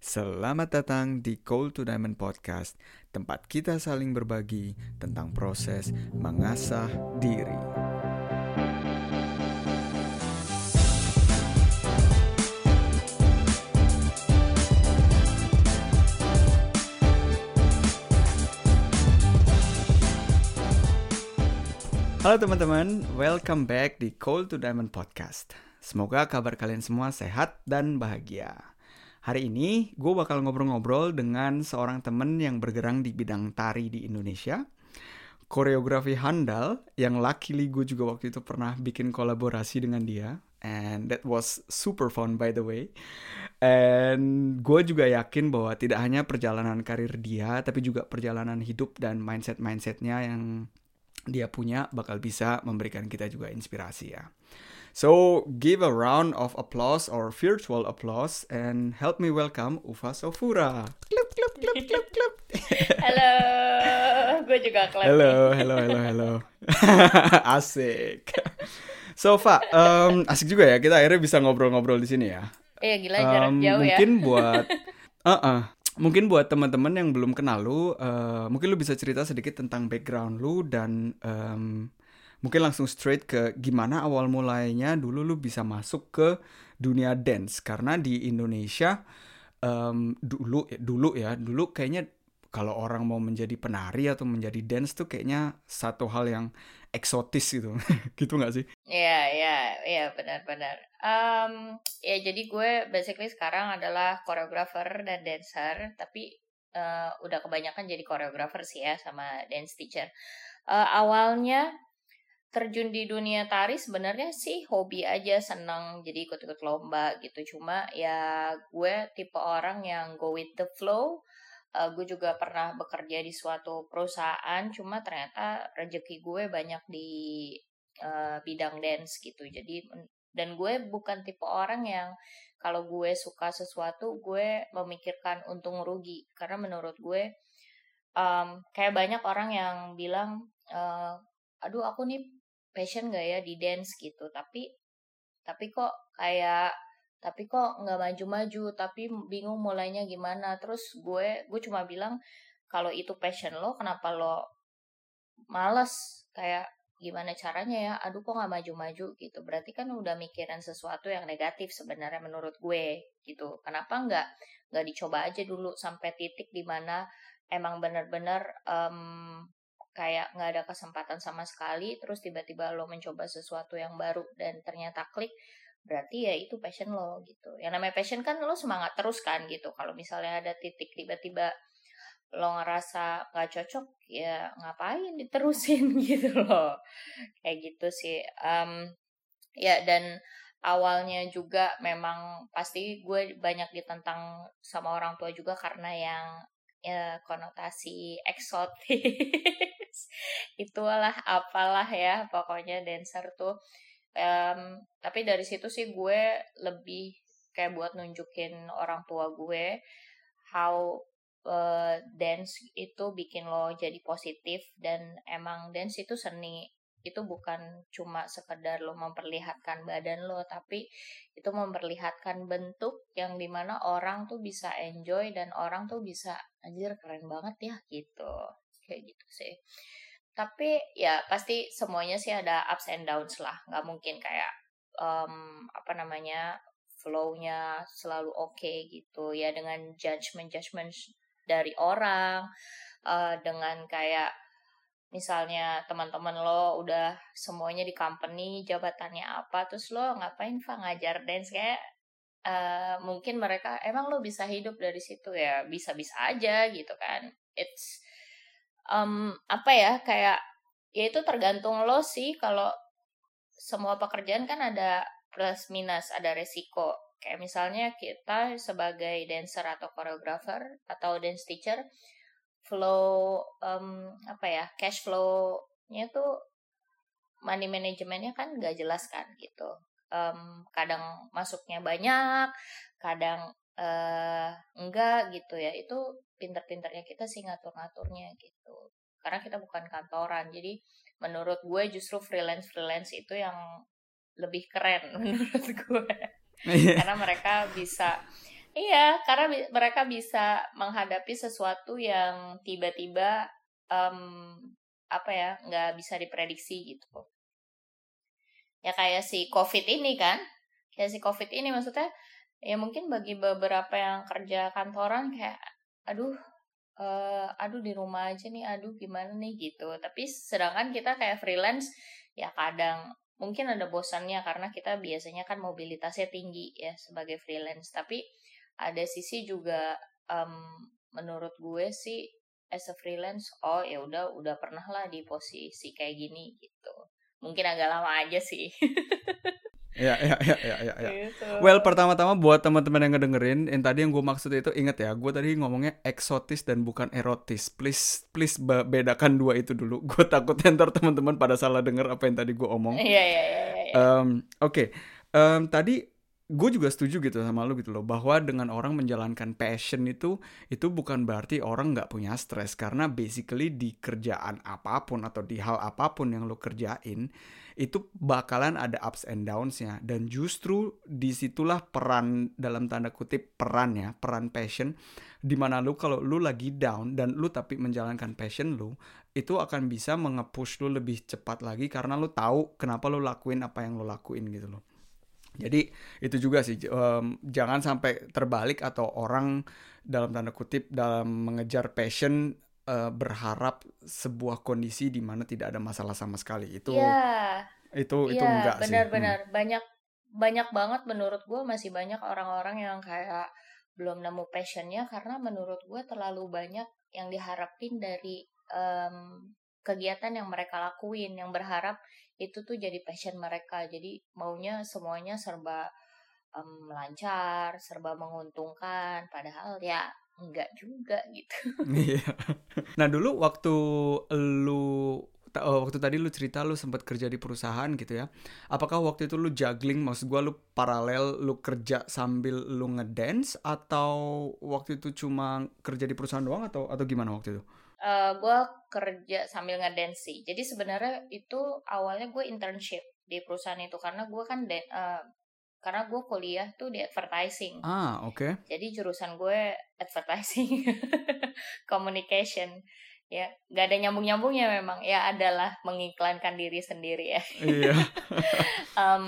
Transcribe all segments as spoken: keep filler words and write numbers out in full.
Selamat datang di Coal to Diamond Podcast, tempat kita saling berbagi tentang proses mengasah diri. Halo teman-teman, welcome back di Coal to Diamond Podcast. Semoga kabar kalian semua sehat dan bahagia. Hari ini gue bakal ngobrol-ngobrol dengan seorang temen yang bergerak di bidang tari di Indonesia, koreografi handal yang luckily gue juga waktu itu pernah bikin kolaborasi dengan dia, and that was super fun by the way. And gue juga yakin bahwa tidak hanya perjalanan karir dia, tapi juga perjalanan hidup dan mindset-mindsetnya yang dia punya bakal bisa memberikan kita juga inspirasi ya. So, give a round of applause or virtual applause and help me welcome Ufa Sofura. Klub, klub, klub, klub, klub. Halo, gue juga klub. Halo, halo, halo, halo. Asik. So, Fa, um, asik juga ya kita akhirnya bisa ngobrol-ngobrol di sini ya. Iya, gila jarak Um, jauh ya. mungkin buat, uh-uh, mungkin buat teman-teman yang belum kenal lu, uh, mungkin lu bisa cerita sedikit tentang background lu dan um, mungkin langsung straight ke gimana awal mulainya dulu lu bisa masuk ke dunia dance. Karena di Indonesia um, dulu dulu ya dulu kayaknya kalau orang mau menjadi penari atau menjadi dance tuh kayaknya satu hal yang eksotis gitu. Gitu nggak sih? Iya, iya, iya, benar-benar. Um, ya jadi gue basically sekarang adalah choreographer dan dancer, tapi uh, udah kebanyakan jadi choreographer sih ya sama dance teacher. Uh, awalnya terjun di dunia tari sebenarnya sih hobi aja, seneng jadi ikut-ikut lomba gitu. Cuma ya gue tipe orang yang go with the flow. Uh, gue juga pernah bekerja di suatu perusahaan, cuma ternyata rezeki gue banyak di uh, bidang dance gitu. Jadi dan gue bukan tipe orang yang kalau gue suka sesuatu gue memikirkan untung rugi, karena menurut gue um, kayak banyak orang yang bilang, uh, aduh aku nih passion gak ya di dance gitu, tapi tapi kok kayak tapi kok nggak maju-maju, tapi bingung mulainya gimana. Terus gue gue cuma bilang kalau itu passion lo, kenapa lo males, kayak gimana caranya ya, aduh kok nggak maju-maju gitu, berarti kan udah mikirin sesuatu yang negatif sebenarnya menurut gue gitu. Kenapa nggak nggak dicoba aja dulu sampai titik dimana emang benar-benar um, kayak nggak ada kesempatan sama sekali, terus tiba-tiba lo mencoba sesuatu yang baru dan ternyata klik, berarti ya itu passion lo gitu. Yang namanya passion kan lo semangat terus kan gitu. Kalau misalnya ada titik tiba-tiba lo ngerasa nggak cocok, ya ngapain diterusin gitu loh. Kayak gitu sih. Um, ya dan awalnya juga memang pasti gue banyak ditentang sama orang tua juga karena yang ya, konotasi eksotis. Itulah apalah ya pokoknya dancer tuh. Um, tapi dari situ sih gue lebih kayak buat nunjukin orang tua gue how uh, dance itu bikin lo jadi positif, dan emang dance itu seni. Itu bukan cuma sekedar lo memperlihatkan badan lo, tapi itu memperlihatkan bentuk yang dimana orang tuh bisa enjoy dan orang tuh bisa, anjir keren banget ya gitu. Kayak gitu sih. Tapi ya pasti semuanya sih ada ups and downs lah. Gak mungkin kayak um, apa namanya flow-nya selalu oke okay gitu ya, dengan judgment-judgment dari orang, uh, dengan kayak misalnya teman-teman lo udah semuanya di company jabatannya apa, terus lo ngapain Fa ngajar dance, kayak uh, mungkin mereka emang lo bisa hidup dari situ ya, bisa-bisa aja gitu kan. It's um, apa ya, kayak ya itu tergantung lo sih. Kalau semua pekerjaan kan ada plus minus, ada resiko. Kayak misalnya kita sebagai dancer atau choreographer atau dance teacher, flow um, apa ya cash flow-nya tuh money manajemennya kan nggak jelas kan gitu. Um, kadang masuknya banyak, kadang uh, enggak gitu ya. Itu pinter-pinternya kita sih ngatur-ngaturnya gitu. Karena kita bukan kantoran, jadi menurut gue justru freelance-freelance itu yang lebih keren menurut gue. Karena mereka bisa Iya, karena bi- mereka bisa menghadapi sesuatu yang tiba-tiba em, apa ya, nggak bisa diprediksi gitu. Ya kayak si COVID ini kan, kayak si COVID ini maksudnya, ya mungkin bagi beberapa yang kerja kantoran kayak, aduh, eh, aduh di rumah aja nih, aduh gimana nih gitu. Tapi sedangkan kita kayak freelance, ya kadang mungkin ada bosannya karena kita biasanya kan mobilitasnya tinggi ya sebagai freelance. Tapi ada sisi juga, em, menurut gue sih as a freelance, oh ya udah udah pernah lah di posisi kayak gini gitu. Mungkin agak lama aja sih. Ya, ya, ya, ya, ya, ya. Gitu. Well, pertama-tama buat teman-teman yang ngedengerin, yang tadi yang gue maksud itu inget ya, gue tadi ngomongnya eksotis dan bukan erotis. Please, please be- bedakan dua itu dulu. Gue takut ntar teman-teman pada salah denger apa yang tadi gue omong. Iya, iya, iya, iya, iya. Um, Oke, Em, tadi gue juga setuju gitu sama lu gitu loh, bahwa dengan orang menjalankan passion itu, itu bukan berarti orang nggak punya stres, karena basically di kerjaan apapun atau di hal apapun yang lu kerjain, itu bakalan ada ups and downs-nya, dan justru disitulah peran, dalam tanda kutip peran ya, peran passion, dimana lu kalau lu lagi down dan lu tapi menjalankan passion lu, itu akan bisa nge-push lu lebih cepat lagi karena lu tahu kenapa lu lakuin apa yang lu lakuin gitu loh. Jadi itu juga sih, em, jangan sampai terbalik atau orang dalam tanda kutip dalam mengejar passion, eh, berharap sebuah kondisi di mana tidak ada masalah sama sekali. Iya, Itu itu itu iya, enggak sih. Hmm. benar-benar banyak banyak banget menurut gue masih banyak orang-orang yang kayak belum nemu passionnya karena menurut gue terlalu banyak yang diharapin dari em, kegiatan yang mereka lakuin, yang berharap itu tuh jadi passion mereka. Jadi maunya semuanya serba em, lancar, serba menguntungkan, padahal ya enggak juga gitu. Iya. Nah dulu waktu lu ta- oh, waktu tadi lu cerita lu sempat kerja di perusahaan gitu ya. Apakah waktu itu lu juggling, maksud gua lu paralel lu kerja sambil lu ngedance, atau waktu itu cuma kerja di perusahaan doang, atau atau gimana waktu itu? Eh gue kerja sambil ngedance sih. Jadi sebenarnya itu awalnya gue internship di perusahaan itu karena gue kan de- eh, karena gue kuliah tuh di advertising. Ah, oke. Jadi jurusan gue advertising, communication. Ya, gak ada nyambung-nyambungnya memang. Ya adalah mengiklankan diri sendiri ya. Iya. Em,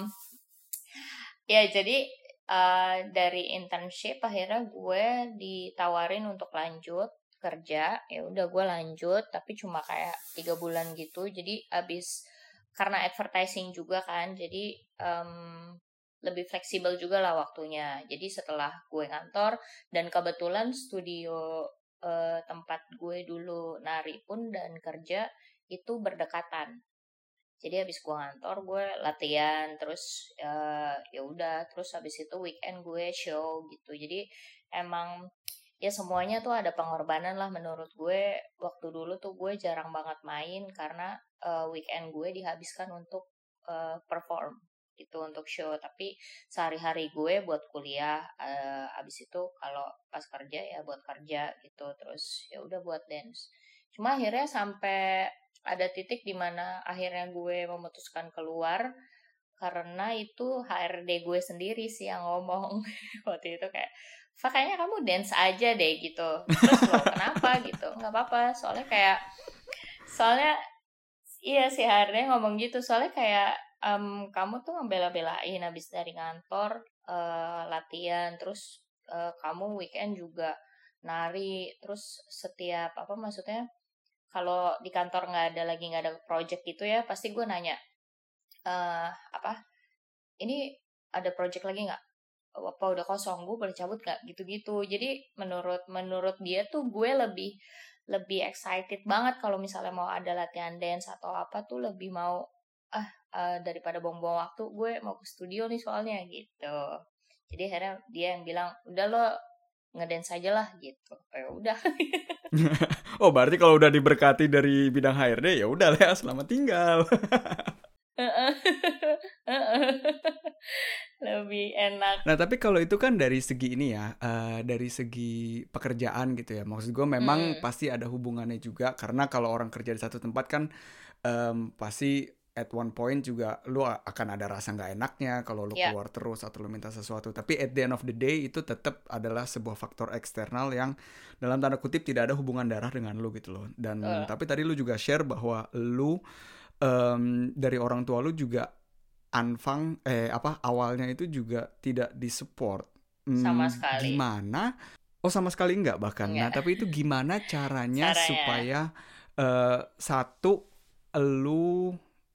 ya jadi eh, dari internship akhirnya gue ditawarin untuk lanjut kerja. Ya udah gue lanjut tapi cuma kayak tiga bulan gitu. Jadi abis karena advertising juga kan, jadi em, lebih fleksibel juga lah waktunya. Jadi setelah gue ngantor dan kebetulan studio eh, tempat gue dulu nari pun dan kerja itu berdekatan. Jadi habis gue ngantor gue latihan terus eh, ya udah terus habis itu weekend gue show gitu. Jadi emang ya semuanya tuh ada pengorbanan lah menurut gue. Waktu dulu tuh gue jarang banget main karena eh, weekend gue dihabiskan untuk eh, perform gitu untuk show. Tapi sehari-hari gue buat kuliah, eh, abis itu kalau pas kerja ya buat kerja gitu. Terus ya udah buat dance. Cuma akhirnya sampai ada titik di mana akhirnya gue memutuskan keluar karena itu H R D gue sendiri sih yang ngomong waktu itu kayak, Fa kayaknya kamu dance aja deh gitu. Terus loh kenapa gitu? Nggak apa-apa soalnya kayak soalnya iya sih H R D ngomong gitu soalnya kayak em, kamu tuh ngebela-belain habis dari kantor eh, latihan terus eh, kamu weekend juga nari terus setiap apa maksudnya kalau di kantor nggak ada lagi nggak ada project gitu ya pasti gue nanya eh apa ini ada project lagi nggak apa udah kosong gue boleh cabut nggak gitu-gitu jadi menurut menurut dia tuh gue lebih lebih excited banget kalau misalnya mau ada latihan dance atau apa tuh lebih mau ah eh, daripada buang-buang waktu gue mau ke studio nih soalnya gitu jadi akhirnya dia yang bilang udah lo ngedance aja lah gitu ya udah. Oh, berarti kalau udah diberkati dari bidang H R D ya udah lah, selamat tinggal. Lebih enak. Nah, tapi kalau itu kan dari segi ini ya, eh, dari segi pekerjaan gitu ya. Maksud gue memang Mm-mm. pasti ada hubungannya juga, karena kalau orang kerja di satu tempat kan em, pasti at one point juga lu akan ada rasa nggak enaknya kalau lu Yeah. keluar terus atau lu minta sesuatu. Tapi at the end of the day itu tetap adalah sebuah faktor eksternal yang dalam tanda kutip tidak ada hubungan darah dengan lu gitu loh. Dan Betul. tapi tadi lu juga share bahwa lu um, dari orang tua lu juga anfang eh apa awalnya itu juga tidak disupport. Hmm, Sama sekali. Gimana? Oh sama sekali enggak bahkan. Enggak. Nah tapi itu gimana caranya, Caranya. supaya uh, satu lu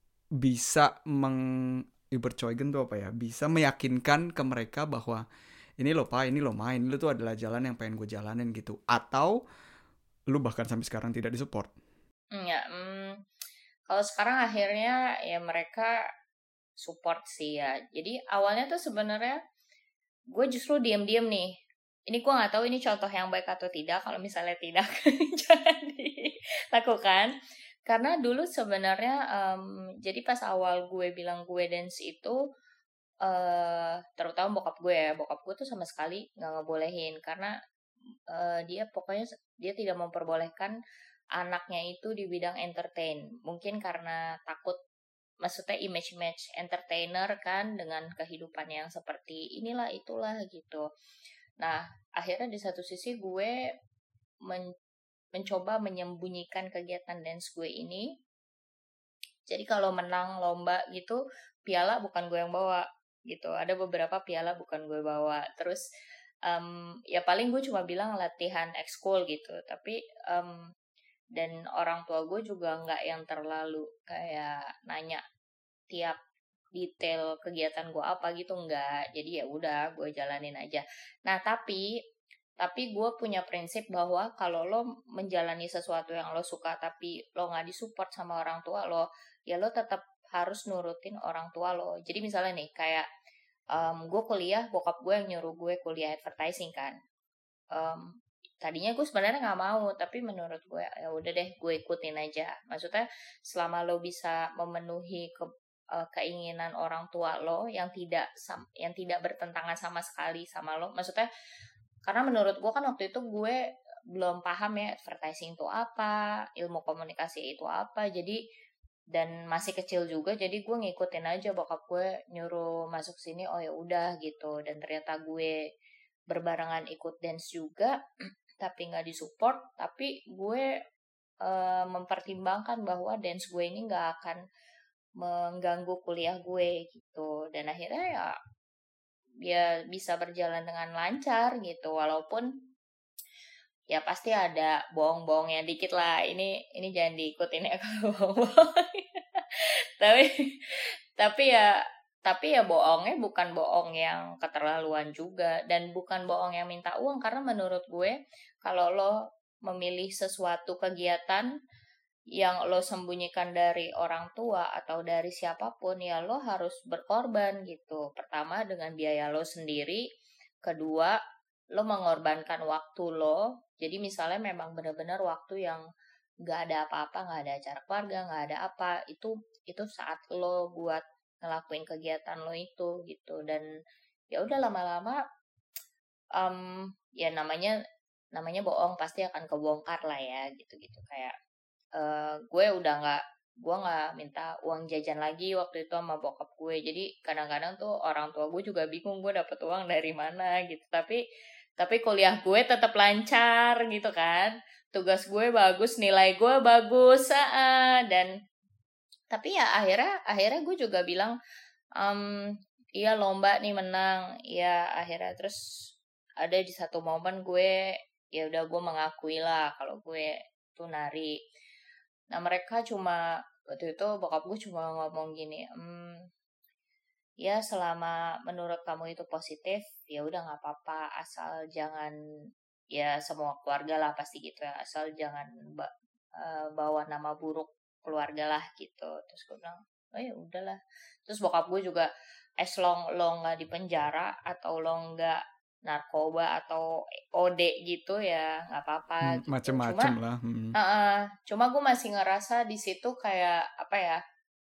bisa meng überzeugen tuh apa ya? Bisa meyakinkan ke mereka bahwa ini loh pak, ini loh ma, ini tuh adalah jalan yang pengen gue jalanin gitu. Atau lu bahkan sampai sekarang tidak disupport? Enggak. Hmm, kalau sekarang akhirnya ya mereka support sih ya. Jadi awalnya tuh sebenarnya gue justru diam-diam nih. Ini gue nggak tahu ini contoh yang baik atau tidak. Kalau misalnya tidak, jangan dilakukan. Karena dulu sebenarnya, um, jadi pas awal gue bilang gue dance itu, uh, terutama bokap gue ya, bokap gue tuh sama sekali nggak ngebolehin karena uh, dia pokoknya dia tidak memperbolehkan anaknya itu di bidang entertain. Mungkin karena takut, maksudnya image-image entertainer kan dengan kehidupan yang seperti inilah itulah gitu. Nah akhirnya di satu sisi gue men- mencoba menyembunyikan kegiatan dance gue ini. Jadi kalau menang lomba gitu, piala bukan gue yang bawa gitu. Ada beberapa piala bukan gue bawa. Terus um, ya paling gue cuma bilang latihan ekskul gitu. Tapi um, dan orang tua gue juga nggak yang terlalu kayak nanya tiap detail kegiatan gue apa gitu, nggak. Jadi ya udah gue jalanin aja. Nah tapi tapi gue punya prinsip bahwa kalau lo menjalani sesuatu yang lo suka tapi lo nggak disupport sama orang tua lo, ya lo tetap harus nurutin orang tua lo. Jadi misalnya nih kayak um, gue kuliah, bokap gue yang nyuruh gue kuliah advertising kan. Um, tadinya gue sebenarnya nggak mau, tapi menurut gue ya udah deh gue ikutin aja. Maksudnya selama lo bisa memenuhi ke, uh, keinginan orang tua lo yang tidak yang tidak bertentangan sama sekali sama lo, maksudnya karena menurut gue kan waktu itu gue belum paham ya advertising itu apa, ilmu komunikasi itu apa, jadi dan masih kecil juga, jadi gue ngikutin aja bokap gue nyuruh masuk sini, oh ya udah gitu. Dan ternyata gue berbarengan ikut dance juga tapi nggak disupport, tapi gue uh, mempertimbangkan bahwa dance gue ini nggak akan mengganggu kuliah gue gitu. Dan akhirnya ya ya bisa berjalan dengan lancar gitu, walaupun ya pasti ada bohong-bohongnya dikit lah. Ini ini jangan diikutin ya kalau bohong-bohong. tapi tapi ya tapi ya bohongnya bukan bohong yang keterlaluan juga, dan bukan bohong yang minta uang. Karena menurut gue kalau lo memilih sesuatu kegiatan yang lo sembunyikan dari orang tua atau dari siapapun, ya lo harus berkorban gitu. Pertama dengan biaya lo sendiri, kedua lo mengorbankan waktu lo. Jadi misalnya memang benar-benar waktu yang nggak ada apa-apa, nggak ada acara keluarga, nggak ada apa, itu itu saat lo buat ngelakuin kegiatan lo itu gitu. Dan ya udah lama-lama um, ya namanya namanya bohong pasti akan kebongkar lah ya gitu-gitu. Kayak Uh, gue udah nggak gue nggak minta uang jajan lagi waktu itu sama bokap gue. Jadi kadang-kadang tuh orang tua gue juga bingung gue dapet uang dari mana gitu. Tapi tapi kuliah gue tetap lancar gitu kan. Tugas gue bagus, nilai gue bagus, uh, dan tapi ya akhirnya akhirnya gue juga bilang, um, iya lomba nih menang, iya akhirnya. Terus ada di satu momen gue ya udah gue mengakui lah kalau gue tuh nari. Nah mereka cuma waktu itu bokap gue cuma ngomong gini, hmm, ya selama menurut kamu itu positif ya udah nggak apa-apa, asal jangan, ya semua keluarga lah pasti gitu ya, asal jangan ba- uh, bawa nama buruk keluarga lah gitu. Terus gue bilang oh ya udahlah. Terus bokap gue juga, as long lo nggak di penjara atau lo nggak narkoba atau O D gitu ya nggak apa-apa Hmm, gitu. Cuma macem-macem lah. Hmm. Uh, cuma gue masih ngerasa di situ kayak apa ya,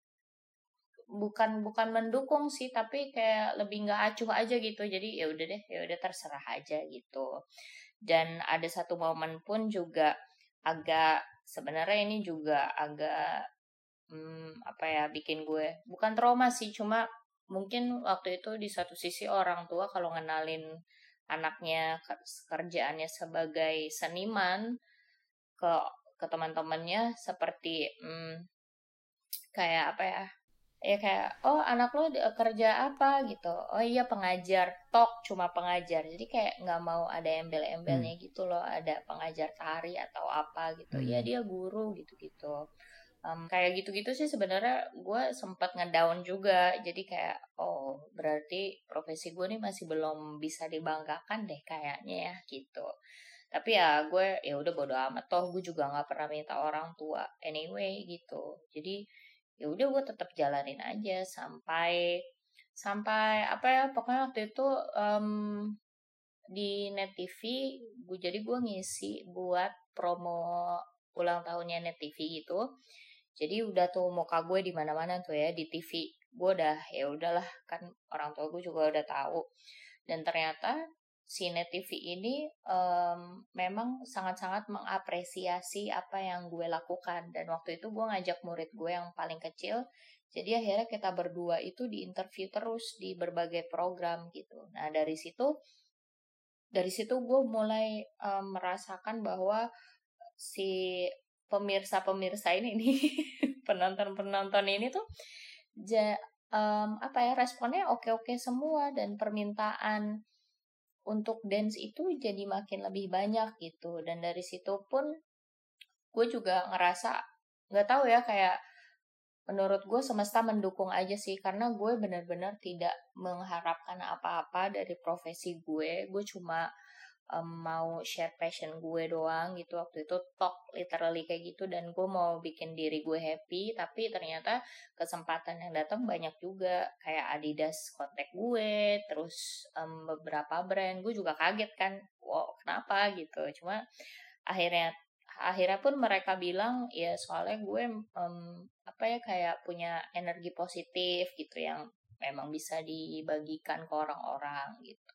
bukan bukan mendukung sih, tapi kayak lebih nggak acuh aja gitu. Jadi ya udah deh, ya udah terserah aja gitu. Dan ada satu momen pun juga agak, sebenarnya ini juga agak hmm, apa ya bikin gue bukan trauma sih, cuma mungkin waktu itu di satu sisi orang tua kalau ngenalin anaknya kerjaannya sebagai seniman ke ke teman-temannya seperti hmm, kayak apa ya ya kayak oh anak lo kerja apa gitu, oh iya pengajar, tok cuma pengajar, jadi kayak nggak mau ada embel-embelnya Hmm. gitu loh, ada pengajar tari atau apa gitu, ya Hmm. dia guru gitu-gitu. Um, kayak gitu-gitu sih sebenarnya gue sempat ngedown juga, jadi kayak oh berarti profesi gue nih masih belum bisa dibanggakan deh kayaknya ya gitu. Tapi ya gue ya udah bodo amat, toh gue juga nggak pernah minta orang tua anyway gitu, jadi ya udah gue tetap jalanin aja sampai sampai apa ya pokoknya waktu itu um, di Net T V gue jadi gue ngisi buat promo ulang tahunnya Net T V gitu. Jadi udah tuh muka gue di mana-mana tuh ya di T V. Gue udah ya udahlah kan orang tua gue juga udah tahu. Dan ternyata si Net T V ini um, memang sangat-sangat mengapresiasi apa yang gue lakukan. Dan waktu itu gue ngajak murid gue yang paling kecil. Jadi akhirnya kita berdua itu diinterview terus di berbagai program gitu. Nah dari situ dari situ gue mulai um, merasakan bahwa si pemirsa-pemirsa ini nih penonton-penonton ini tuh ja, um, apa ya responnya oke-oke semua, dan permintaan untuk dance itu jadi makin lebih banyak gitu. Dan dari situ pun gue juga ngerasa nggak tahu ya, kayak menurut gue semesta mendukung aja sih, karena gue benar-benar tidak mengharapkan apa-apa dari profesi gue. Gue cuma um, mau share passion gue doang gitu waktu itu, talk literally kayak gitu, dan gue mau bikin diri gue happy. Tapi ternyata kesempatan yang datang banyak juga, kayak Adidas kontak gue, terus um, beberapa brand. Gue juga kaget kan, wow kenapa gitu. Cuma akhirnya akhirnya pun mereka bilang ya soalnya gue um, apa ya kayak punya energi positif gitu yang memang bisa dibagikan ke orang-orang gitu.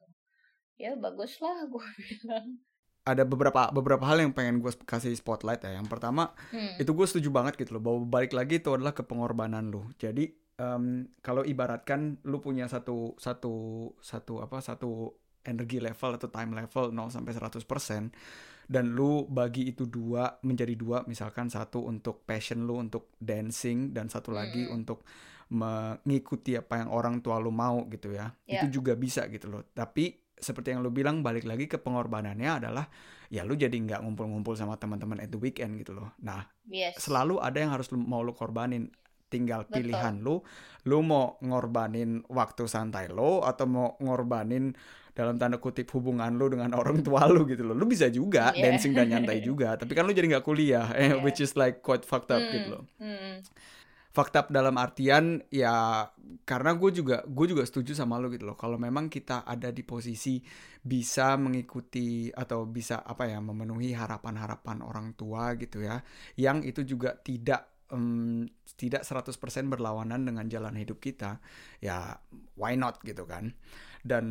Ya bagus lah gue bilang. Ada beberapa beberapa hal yang pengen gue kasih spotlight ya. Yang pertama, Hmm. itu gue setuju banget gitu loh, bahwa balik lagi itu adalah ke pengorbanan lu. Jadi um, kalau ibaratkan lu punya satu satu satu apa satu energi level atau time level nol sampai seratus persen, dan lu bagi itu dua menjadi dua, misalkan satu untuk passion lu untuk dancing dan satu lagi Mm-mm. untuk mengikuti apa yang orang tua lu mau gitu ya. Ya. Itu juga bisa gitu loh. Tapi seperti yang lu bilang, balik lagi ke pengorbanannya adalah ya lu jadi nggak ngumpul-ngumpul sama teman-teman at the weekend gitu loh. Nah, Yes. selalu ada yang harus lu, mau lu korbanin. Tinggal Betul. pilihan lu, lu mau ngorbanin waktu santai lo atau mau ngorbanin dalam tanda kutip hubungan lu dengan orang tua lu gitu loh. Lu bisa juga Yeah. dancing dan nyantai juga, tapi kan lu jadi nggak kuliah, eh, Yeah. which is like quite fucked up Hmm. gitu loh. Hmm. Fucked up dalam artian ya, karena gue juga gue juga setuju sama lu gitu loh. Kalau memang kita ada di posisi bisa mengikuti atau bisa apa ya memenuhi harapan-harapan orang tua gitu ya, yang itu juga tidak um, tidak seratus persen berlawanan dengan jalan hidup kita, ya why not gitu kan. Dan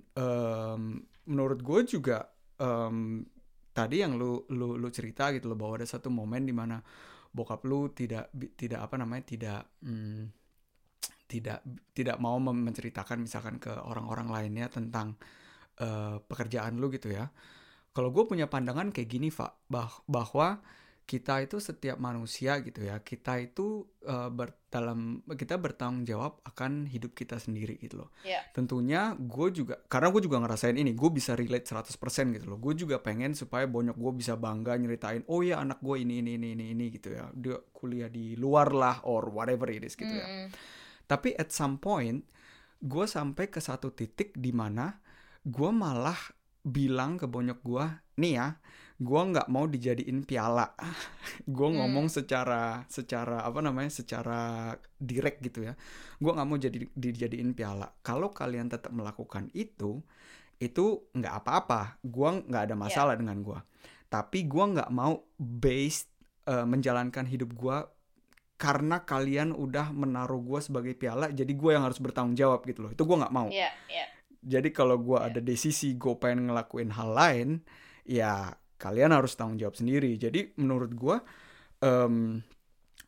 um, menurut gue juga um, tadi yang lu lu lu cerita gitu loh, bahwa ada satu momen di mana bokap lu tidak tidak apa namanya tidak hmm, tidak tidak mau menceritakan misalkan ke orang-orang lainnya tentang uh, pekerjaan lu gitu ya. Kalau gue punya pandangan kayak gini, Pak, bah- bahwa kita itu setiap manusia gitu ya, kita itu uh, ber- dalam kita bertanggung jawab akan hidup kita sendiri gitu loh. Yeah. Tentunya gue juga, karena gue juga ngerasain ini, gue bisa relate seratus persen gitu loh. Gue juga pengen supaya bonyok gue bisa bangga nyeritain, oh ya anak gue ini ini ini ini ini gitu ya, dia kuliah di luar lah or whatever it is gitu ya. Mm-mm. Tapi at some point gue sampai ke satu titik di mana gue malah bilang ke bonyok gue, nih ya, gue nggak mau dijadiin piala. Gue Hmm. ngomong secara secara apa namanya, secara direct gitu ya. Gue nggak mau jadi dijadiin piala. Kalau kalian tetap melakukan itu, itu nggak apa-apa. Gue nggak ada masalah Yeah. dengan gue. Tapi gue nggak mau based uh, menjalankan hidup gue karena kalian udah menaruh gue sebagai piala, jadi gue yang harus bertanggung jawab gitu loh. Itu gue nggak mau. Yeah. Yeah. Jadi kalau gue Yeah. ada desisi gue pengen ngelakuin hal lain, ya kalian harus tanggung jawab sendiri. Jadi menurut gue um,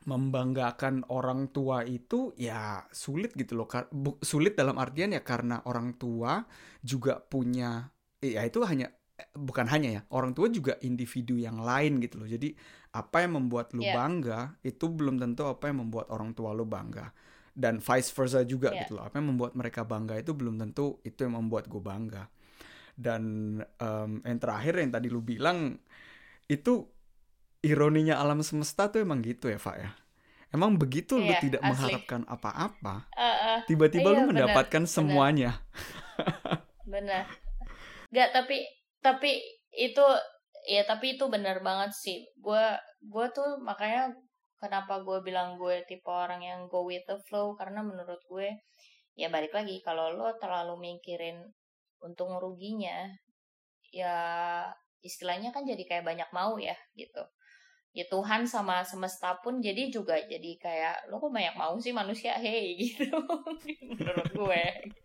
membanggakan orang tua itu ya sulit gitu loh. Kar- bu- sulit dalam artian ya karena orang tua juga punya, eh, ya itu hanya eh, bukan hanya ya, orang tua juga individu yang lain gitu loh. Jadi apa yang membuat lu Ya, bangga itu belum tentu apa yang membuat orang tua lu bangga. Dan vice versa juga ya, gitu loh. Apa yang membuat mereka bangga itu belum tentu itu yang membuat gue bangga. Dan em, yang terakhir yang tadi lu bilang itu ironinya alam semesta tuh emang gitu ya, Pak ya. Emang begitu lu iya, tidak asli. mengharapkan apa-apa, Eh, eh, tiba-tiba iya lu benar, mendapatkan benar, semuanya. benar. Gak, tapi tapi itu ya tapi itu benar banget sih. Gue gue tuh makanya kenapa gue bilang gue tipe orang yang go with the flow, karena menurut gue ya balik lagi, kalau lo terlalu mikirin untung ruginya, ya istilahnya kan jadi kayak banyak mau ya gitu. Ya Tuhan sama semesta pun jadi juga jadi kayak lo kok banyak mau sih manusia, hey gitu. Menurut gue.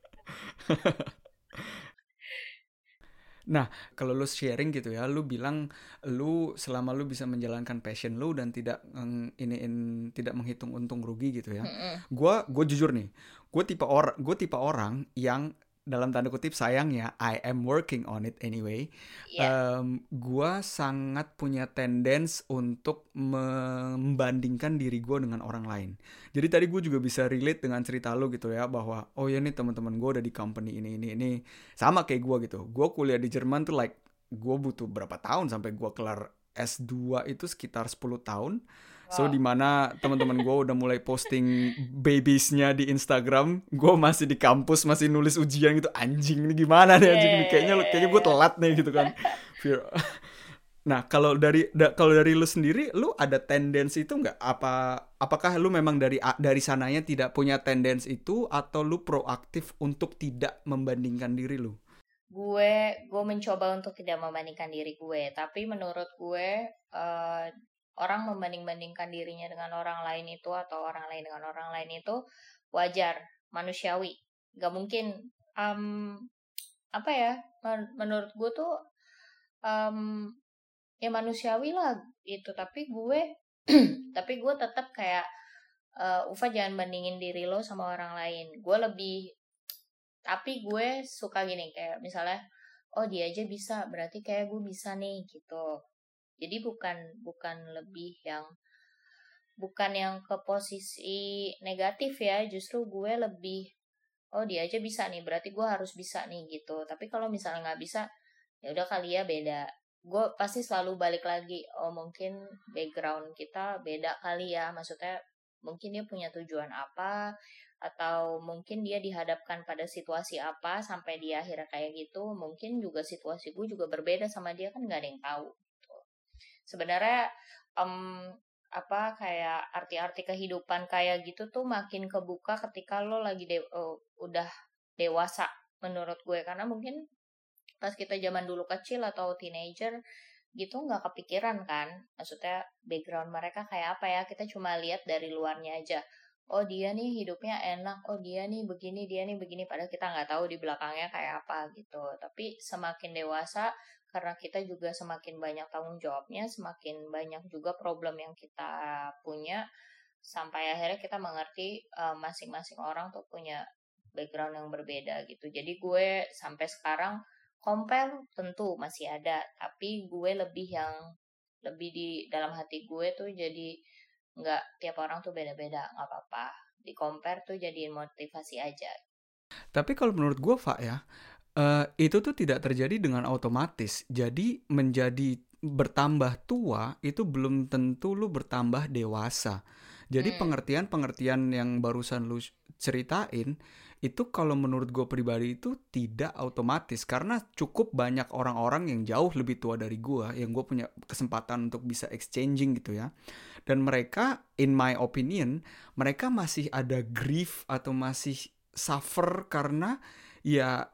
Nah, kalau lu sharing gitu ya, lu bilang lu selama lu bisa menjalankan passion lu dan tidak ngeng- iniin tidak menghitung untung rugi gitu ya. Mm-mm. Gua gue jujur nih, gue tipe orang gue tipe orang yang dalam tanda kutip sayangnya I am working on it anyway. Ya, Em, gua sangat punya tendens untuk membandingkan diri gue dengan orang lain. Jadi tadi gue juga bisa relate dengan cerita lu gitu ya, bahwa oh ya nih teman-teman gue udah di company ini ini ini sama kayak gue gitu. Gue kuliah di Jerman tuh like gue butuh berapa tahun sampai gue kelar S dua itu sekitar sepuluh tahun. So wow. dimana teman-teman gue udah mulai posting babiesnya di Instagram, gue masih di kampus masih nulis ujian gitu. Anjing ini gimana nih Iya, anjing iya, ini, kayaknya iya, kayaknya iya, gue iya. telat nih gitu kan. Fear. Nah, kalau dari da- kalau dari lu sendiri, lu ada tendensi itu nggak? Apa apakah lu memang dari a- dari sananya tidak punya tendensi itu, atau lu proaktif untuk tidak membandingkan diri lu? gue gue mencoba untuk tidak membandingkan diri gue, tapi menurut gue eh, orang membanding-bandingkan dirinya dengan orang lain itu, atau orang lain dengan orang lain itu wajar, manusiawi. Gak mungkin, em, apa ya, men- menurut gue tuh em, ya manusiawi lah gitu. Tapi gue tapi gue tetap kayak, eh, Ufa jangan bandingin diri lo sama orang lain. Gue lebih Tapi gue suka gini, kayak misalnya, oh dia aja bisa, berarti kayak gue bisa nih gitu. Jadi bukan bukan lebih yang bukan yang ke posisi negatif ya, justru gue lebih, oh dia aja bisa nih, berarti gue harus bisa nih gitu. Tapi kalau misalnya nggak bisa, ya udah kali ya beda. Gue pasti selalu balik lagi, oh mungkin background kita beda kali ya, maksudnya mungkin dia punya tujuan apa, atau mungkin dia dihadapkan pada situasi apa sampai dia akhirnya kayak gitu. Mungkin juga situasi gue juga berbeda sama dia, kan nggak ada yang tahu gitu. Sebenarnya em, apa kayak arti-arti kehidupan kayak gitu tuh makin kebuka ketika lo lagi de- eh, udah dewasa menurut gue, karena mungkin pas kita zaman dulu kecil atau teenager gitu nggak kepikiran kan, maksudnya background mereka kayak apa ya, kita cuma lihat dari luarnya aja, oh dia nih hidupnya enak, oh dia nih begini, dia nih begini, padahal kita nggak tahu di belakangnya kayak apa gitu. Tapi semakin dewasa, karena kita juga semakin banyak tanggung jawabnya, semakin banyak juga problem yang kita punya, sampai akhirnya kita mengerti eh, masing-masing orang tuh punya background yang berbeda gitu. Jadi gue sampai sekarang compare tentu masih ada, tapi gue lebih yang lebih di dalam hati gue tuh jadi nggak, tiap orang tuh beda-beda, nggak apa-apa. Di compare tuh jadiin motivasi aja. Tapi kalau menurut gue, Pak ya, eh, itu tuh tidak terjadi dengan otomatis. Jadi menjadi bertambah tua itu belum tentu lu bertambah dewasa. Jadi Hmm, pengertian-pengertian yang barusan lu ceritain itu kalau menurut gue pribadi itu tidak otomatis, karena cukup banyak orang-orang yang jauh lebih tua dari gue yang gue punya kesempatan untuk bisa exchanging gitu ya. Dan mereka, in my opinion, mereka masih ada grief atau masih suffer karena ya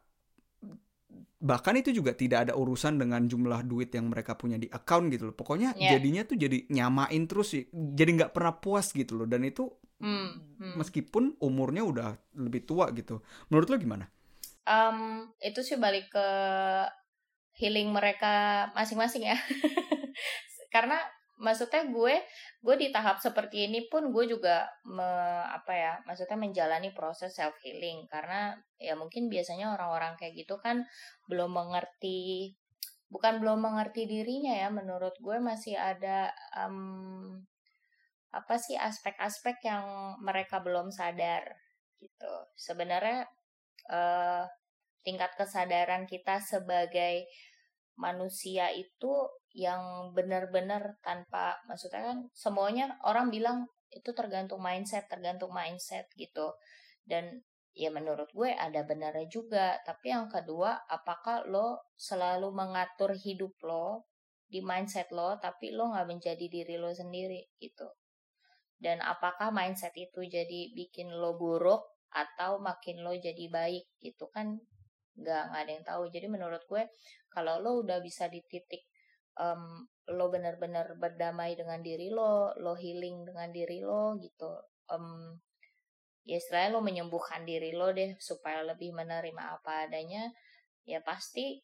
bahkan itu juga tidak ada urusan dengan jumlah duit yang mereka punya di account gitu loh. Pokoknya ya, jadinya tuh jadi nyamain terus sih. Jadi nggak pernah puas gitu loh. Dan itu hmm, hmm. meskipun umurnya udah lebih tua gitu. Menurut lo gimana? Um, itu sih balik ke healing mereka masing-masing ya. Karena maksudnya gue gue di tahap seperti ini pun gue juga me, apa ya maksudnya menjalani proses self healing, karena ya mungkin biasanya orang-orang kayak gitu kan belum mengerti, bukan belum mengerti dirinya ya, menurut gue masih ada um, apa sih aspek-aspek yang mereka belum sadar gitu. Sebenarnya eh, tingkat kesadaran kita sebagai manusia itu yang benar-benar tanpa, maksudnya kan semuanya orang bilang itu tergantung mindset, tergantung mindset gitu. Dan ya menurut gue ada benarnya juga. Tapi yang kedua, apakah lo selalu mengatur hidup lo di mindset lo, tapi lo nggak menjadi diri lo sendiri gitu. Dan apakah mindset itu jadi bikin lo buruk atau makin lo jadi baik gitu kan, nggak nggak ada yang tahu. Jadi menurut gue kalau lo udah bisa di titik um, lo benar-benar berdamai dengan diri lo, lo healing dengan diri lo gitu, um, ya istilahnya lo menyembuhkan diri lo deh supaya lebih menerima apa adanya, ya pasti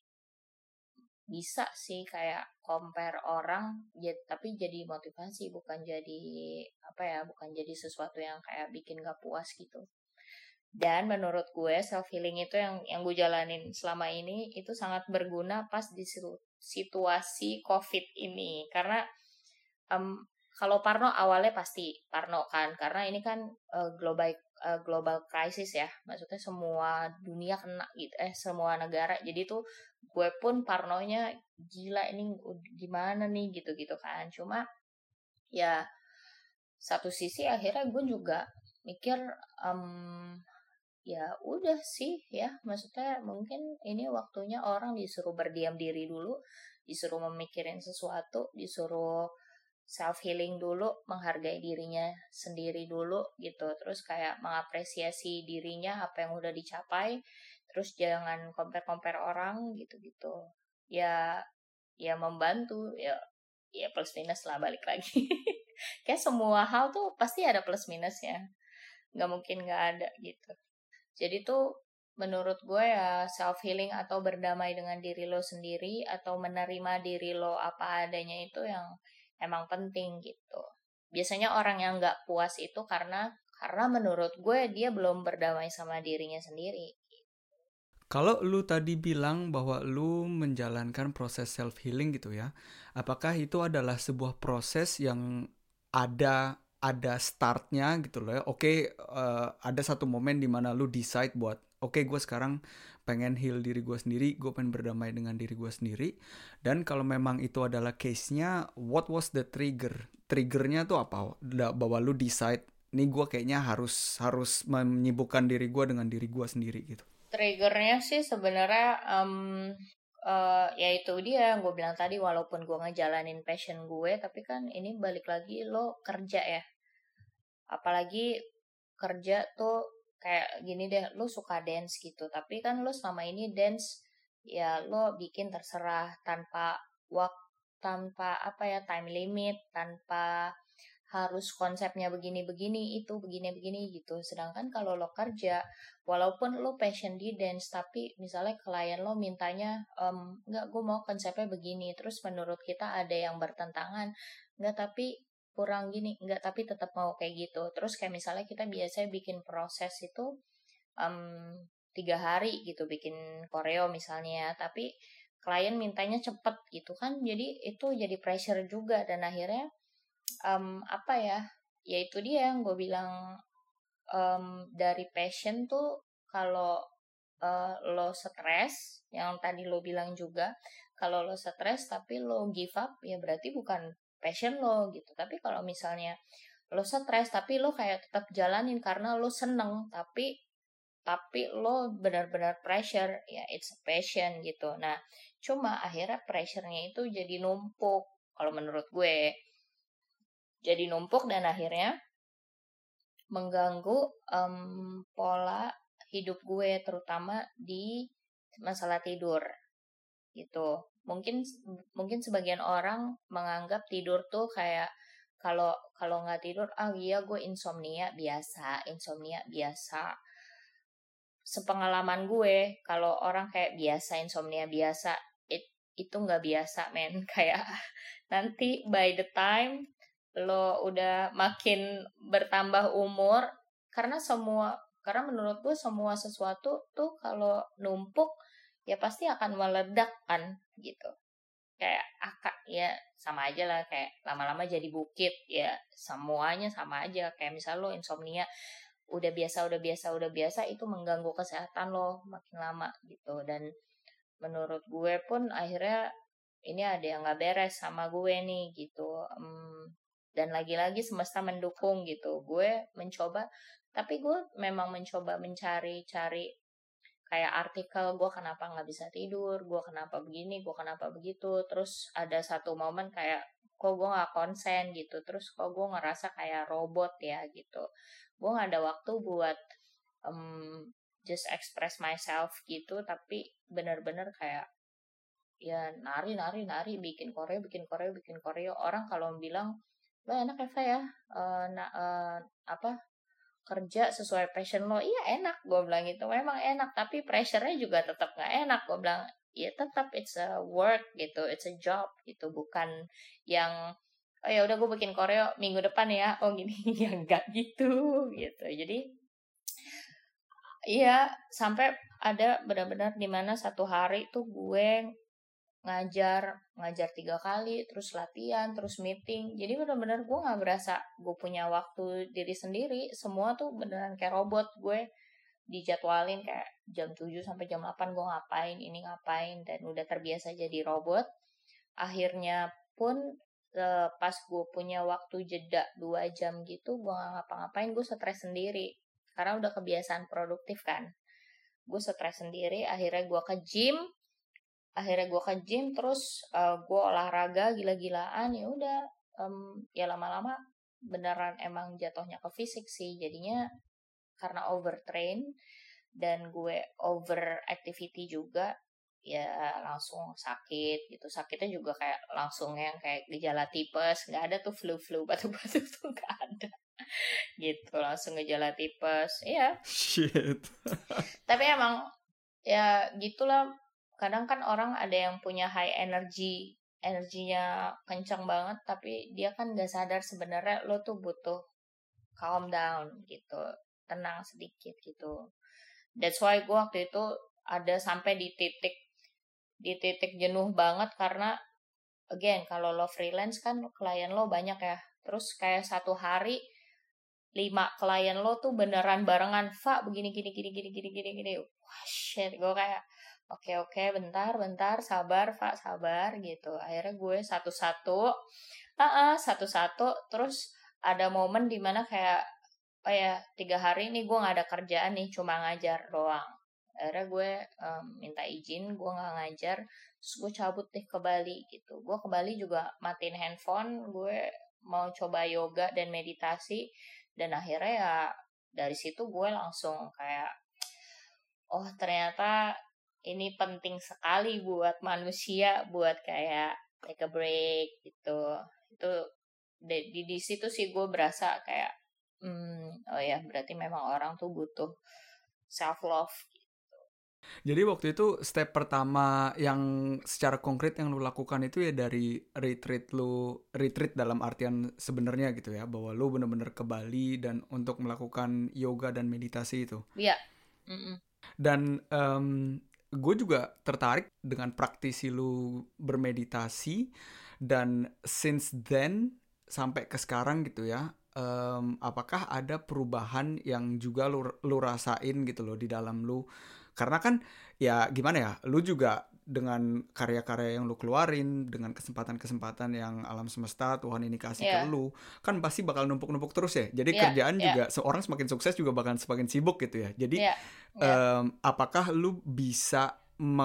bisa sih kayak compare orang ya, tapi jadi motivasi, bukan jadi apa ya, bukan jadi sesuatu yang kayak bikin gak puas gitu. Dan menurut gue self healing itu yang yang gue jalanin selama ini itu sangat berguna pas di situasi COVID ini, karena um, kalau Parno awalnya pasti Parno kan, karena ini kan uh, global uh, global crisis ya, maksudnya semua dunia kena gitu, eh semua negara, jadi tuh gue pun parnonya gila ini gimana nih gitu-gitu kan. Cuma ya satu sisi akhirnya gue juga mikir um, ya udah sih ya, maksudnya mungkin ini waktunya orang disuruh berdiam diri dulu, disuruh memikirin sesuatu, disuruh self healing dulu, menghargai dirinya sendiri dulu gitu, terus kayak mengapresiasi dirinya apa yang udah dicapai, terus jangan compare compare orang gitu-gitu ya, ya membantu ya, ya plus minus lah, balik lagi. Kayak semua hal tuh pasti ada plus minusnya, nggak mungkin nggak ada gitu. Jadi tuh menurut gue ya self healing atau berdamai dengan diri lo sendiri atau menerima diri lo apa adanya itu yang emang penting gitu. Biasanya orang yang nggak puas itu karena karena menurut gue dia belum berdamai sama dirinya sendiri. Kalau lu tadi bilang bahwa lu menjalankan proses self healing gitu ya, apakah itu adalah sebuah proses yang ada ada startnya gitu loh ya? Oke, uh, ada satu momen di mana lu decide buat oke gue sekarang pengen heal diri gue sendiri, gue pengen berdamai dengan diri gue sendiri. Dan kalau memang itu adalah case-nya, what was the trigger? Triggernya tuh apa? Bahwa lu decide, nih gue kayaknya harus harus menyibukkan diri gue dengan diri gue sendiri gitu. Triggernya sih sebenarnya um, uh, ya itu dia yang gue bilang tadi, walaupun gue ngejalanin passion gue, tapi kan ini balik lagi lo kerja ya, apalagi kerja tuh kayak gini deh, lo suka dance gitu, tapi kan lo selama ini dance ya lo bikin terserah tanpa waktu, tanpa apa ya time limit, tanpa harus konsepnya begini-begini, itu begini-begini gitu. Sedangkan kalau lo kerja, walaupun lo passion di dance, tapi misalnya klien lo mintanya, ehm, nggak, gue mau konsepnya begini, terus menurut kita ada yang bertentangan, nggak tapi kurang gini, nggak tapi tetap mau kayak gitu. Terus kayak misalnya kita biasanya bikin proses itu um, tiga hari gitu, bikin koreo misalnya, tapi klien mintanya cepet gitu kan, jadi itu jadi pressure juga, dan akhirnya um, apa ya, ya itu dia yang gue bilang, um, dari passion tuh kalau uh, lo stres, yang tadi lo bilang juga, kalau lo stres tapi lo give up ya berarti bukan passion lo gitu. Tapi kalau misalnya lo stres tapi lo kayak tetap jalanin karena lo seneng, tapi tapi lo benar-benar pressure, ya it's a passion gitu. Nah cuma akhirnya pressure-nya itu jadi numpuk, kalau menurut gue jadi numpuk, dan akhirnya mengganggu um, pola hidup gue, terutama di masalah tidur gitu. Mungkin mungkin sebagian orang menganggap tidur tuh kayak kalau kalau nggak tidur, ah iya gue insomnia biasa, insomnia biasa. Sepengalaman gue, kalau orang kayak biasa insomnia biasa, it itu nggak biasa men. Kayak nanti by the time lo udah makin bertambah umur, karena semua karena menurut gue semua sesuatu tuh kalau numpuk ya pasti akan meledak kan gitu. Kayak akak ya sama aja lah, kayak lama-lama jadi bukit ya, semuanya sama aja. Kayak misal lo insomnia udah biasa udah biasa udah biasa itu mengganggu kesehatan lo makin lama gitu. Dan menurut gue pun akhirnya ini ada yang nggak beres sama gue nih gitu. um, dan lagi-lagi semesta mendukung gitu, gue mencoba, tapi gue memang mencoba mencari-cari kayak artikel gue kenapa nggak bisa tidur, gue kenapa begini, gue kenapa begitu. Terus ada satu momen kayak kok gue nggak konsen gitu, terus kok gue ngerasa kayak robot ya gitu. Gue nggak ada waktu buat um, just express myself gitu, tapi bener-bener kayak ya nari nari nari bikin koreo bikin koreo bikin koreo. Orang kalau bilang lo enak Eva ya, uh, na, uh, apa kerja sesuai passion lo, iya enak gue bilang gitu, memang enak, tapi pressure-nya juga tetap nggak enak. Gue bilang ya tetap it's a work gitu, it's a job gitu, bukan yang oh ya udah gue bikin koreo minggu depan ya, oh gini ya enggak gitu gitu. Jadi iya sampai ada benar-benar dimana satu hari tuh gue ngajar ngajar tiga kali, terus latihan, terus meeting. Jadi benar-benar gue nggak berasa gue punya waktu diri sendiri. Semua tuh beneran kayak robot. Gue dijadwalin kayak jam tujuh sampai jam delapan gue ngapain, ini ngapain, dan udah terbiasa jadi robot. Akhirnya pun eh, pas gue punya waktu jeda dua jam gitu, gue nggak ngapa-ngapain, gue stres sendiri. Karena udah kebiasaan produktif kan. Gue stres sendiri, akhirnya gue ke gym. Akhirnya gue ke gym, terus uh, gue olahraga gila-gilaan. Ya udah, um, ya lama-lama beneran emang jatuhnya ke fisik sih. Jadinya karena overtrain dan gue over activity juga, ya langsung sakit gitu. Sakitnya juga kayak langsung yang kayak gejala tipes. Nggak ada tuh flu-flu batu-batu tuh nggak ada gitu, langsung gejala tipes. Iya. Shit. Tapi emang ya gitulah. Kadang kan orang ada yang punya high energy, energinya kencang banget, tapi dia kan gak sadar sebenarnya lo tuh butuh calm down gitu, tenang sedikit gitu. That's why gue waktu itu ada sampai di titik di titik jenuh banget, karena again kalau lo freelance kan klien lo banyak ya, terus kayak satu hari lima klien lo tuh beneran barengan, Fa begini gini gini gini gini gini gini. Wah shit, gue kayak Oke oke bentar bentar sabar Pak sabar gitu. Akhirnya gue satu-satu, ah uh-uh, satu-satu. Terus ada momen dimana kayak oh ya tiga hari ini gue nggak ada kerjaan nih, cuma ngajar doang. Akhirnya gue um, minta izin, gue nggak ngajar, terus gue cabut deh ke Bali gitu. Gue ke Bali juga matiin handphone, gue mau coba yoga dan meditasi, dan akhirnya ya dari situ gue langsung kayak oh ternyata ini penting sekali buat manusia buat kayak take a break gitu. Itu di di, di situ sih gue berasa kayak hmm, oh ya berarti memang orang tuh butuh self love. Jadi waktu itu step pertama yang secara konkret yang lu lakukan itu ya dari retreat lu, retreat dalam artian sebenarnya gitu ya, bahwa lu bener-bener ke Bali dan untuk melakukan yoga dan meditasi itu. Iya. Mm-mm. Dan um, gue juga tertarik dengan praktisi lu bermeditasi, dan since then sampai ke sekarang gitu ya, um, apakah ada perubahan yang juga lu, lu rasain gitu loh di dalam lu? Karena kan ya gimana ya, lu juga dengan karya-karya yang lu keluarin, dengan kesempatan-kesempatan yang alam semesta Tuhan ini kasih Yeah. ke lu, kan pasti bakal numpuk-numpuk terus ya. Jadi Yeah, kerjaan yeah. juga seorang semakin sukses juga bakal semakin sibuk gitu ya. Jadi Yeah, yeah. um, apakah lu bisa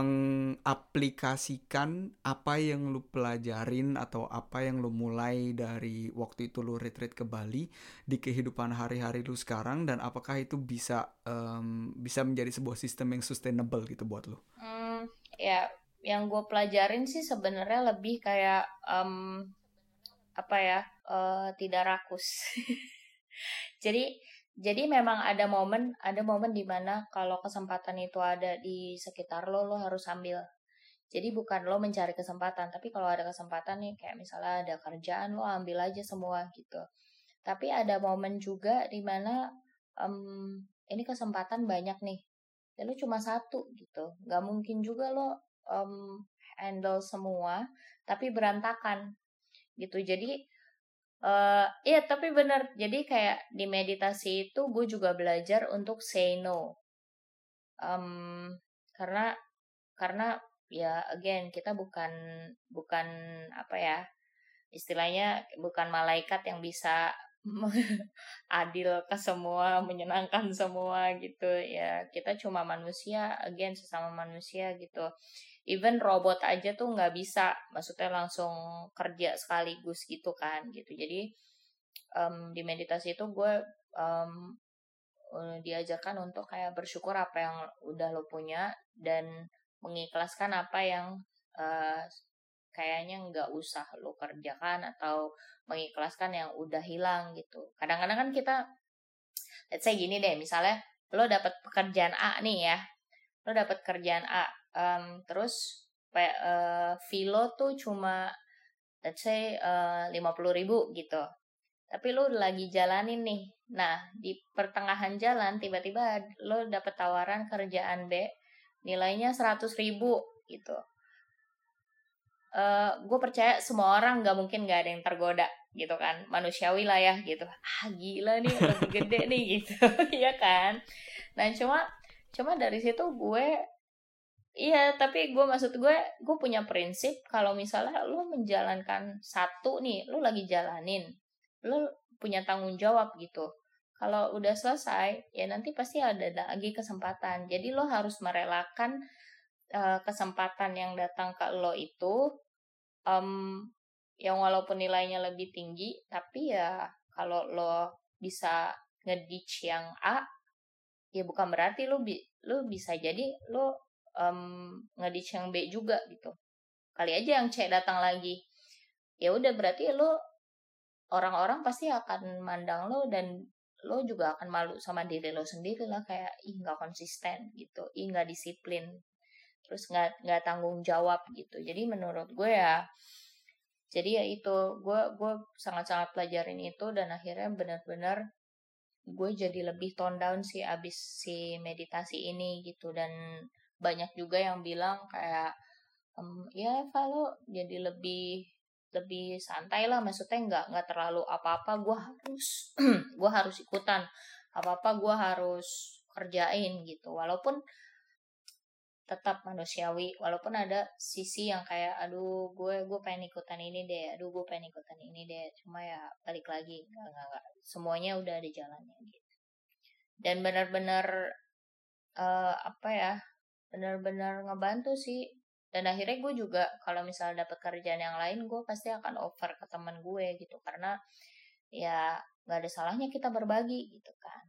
mengaplikasikan apa yang lu pelajarin atau apa yang lu mulai dari waktu itu lu retreat ke Bali di kehidupan hari-hari lu sekarang, dan apakah itu bisa um, bisa menjadi sebuah sistem yang sustainable gitu buat lu? Hmm, ya yang gue pelajarin sih sebenarnya lebih kayak um, apa ya uh, tidak rakus. jadi jadi memang ada momen ada momen dimana kalau kesempatan itu ada di sekitar lo lo harus ambil. Jadi bukan lo mencari kesempatan, tapi kalau ada kesempatan nih kayak misalnya ada kerjaan lo ambil aja semua gitu. Tapi ada momen juga dimana um, ini kesempatan banyak nih, ya lo cuma satu gitu. Gak mungkin juga lo um, handle semua, tapi berantakan gitu. Jadi uh, iya tapi bener. Jadi kayak di meditasi itu gue juga belajar untuk say no. Um, karena karena ya again kita bukan bukan apa ya istilahnya bukan malaikat yang bisa adil ke semua, menyenangkan semua gitu ya. Kita cuma manusia, again sesama manusia gitu. Even robot aja tuh nggak bisa, maksudnya langsung kerja sekaligus gitu kan gitu. Jadi um, di meditasi itu gue um, diajarkan untuk kayak bersyukur apa yang udah lo punya dan mengikhlaskan apa yang uh, kayaknya nggak usah lo kerjakan atau mengikhlaskan yang udah hilang gitu. Kadang-kadang kan kita, let's say gini deh, misalnya lo dapet pekerjaan A nih ya, lo dapet kerjaan A, um, terus uh, fee lo tuh cuma let's say uh, lima puluh ribu gitu. Tapi lo lagi jalanin nih. Nah, di pertengahan jalan tiba-tiba lo dapet tawaran kerjaan B nilainya seratus ribu gitu. Uh, gue percaya semua orang gak mungkin gak ada yang tergoda gitu kan. Manusiawi lah ya gitu. Ah gila nih lebih gede nih gitu. Iya kan. Nah cuma cuma dari situ gue iya tapi gue maksud gue gue punya prinsip kalau misalnya lo menjalankan satu nih, lo lagi jalanin, lo punya tanggung jawab gitu. Kalau udah selesai, ya nanti pasti ada lagi kesempatan. Jadi lo harus merelakan uh, kesempatan yang datang ke lo itu, um, yang walaupun nilainya lebih tinggi, tapi ya kalau lo bisa ngeditch yang A, ya bukan berarti lo bi- lo bisa jadi lo um, ngeditch yang B juga gitu. Kali aja yang C datang lagi. Ya udah berarti lo orang-orang pasti akan mandang lo dan lo juga akan malu sama diri lo sendiri lah kayak ih nggak konsisten gitu, ih nggak disiplin, terus nggak nggak tanggung jawab gitu. Jadi menurut gue ya, jadi ya itu gue gue sangat-sangat pelajarin itu dan akhirnya benar-benar gue jadi lebih tone down sih abis si meditasi ini gitu. Dan banyak juga yang bilang kayak um, ya kalau jadi lebih lebih santai lah, maksudnya nggak nggak terlalu apa-apa gue harus gue harus ikutan apa-apa gue harus kerjain gitu, walaupun tetap manusiawi, walaupun ada sisi yang kayak aduh gue gue pengen ikutan ini deh, aduh gue pengen ikutan ini deh, cuma ya balik lagi nggak nggak nggak semuanya udah ada jalannya gitu. Dan benar-benar uh, apa ya benar-benar ngebantu sih. Dan akhirnya gue juga kalau misalnya dapet kerjaan yang lain gue pasti akan offer ke teman gue gitu, karena ya nggak ada salahnya kita berbagi gitu kan.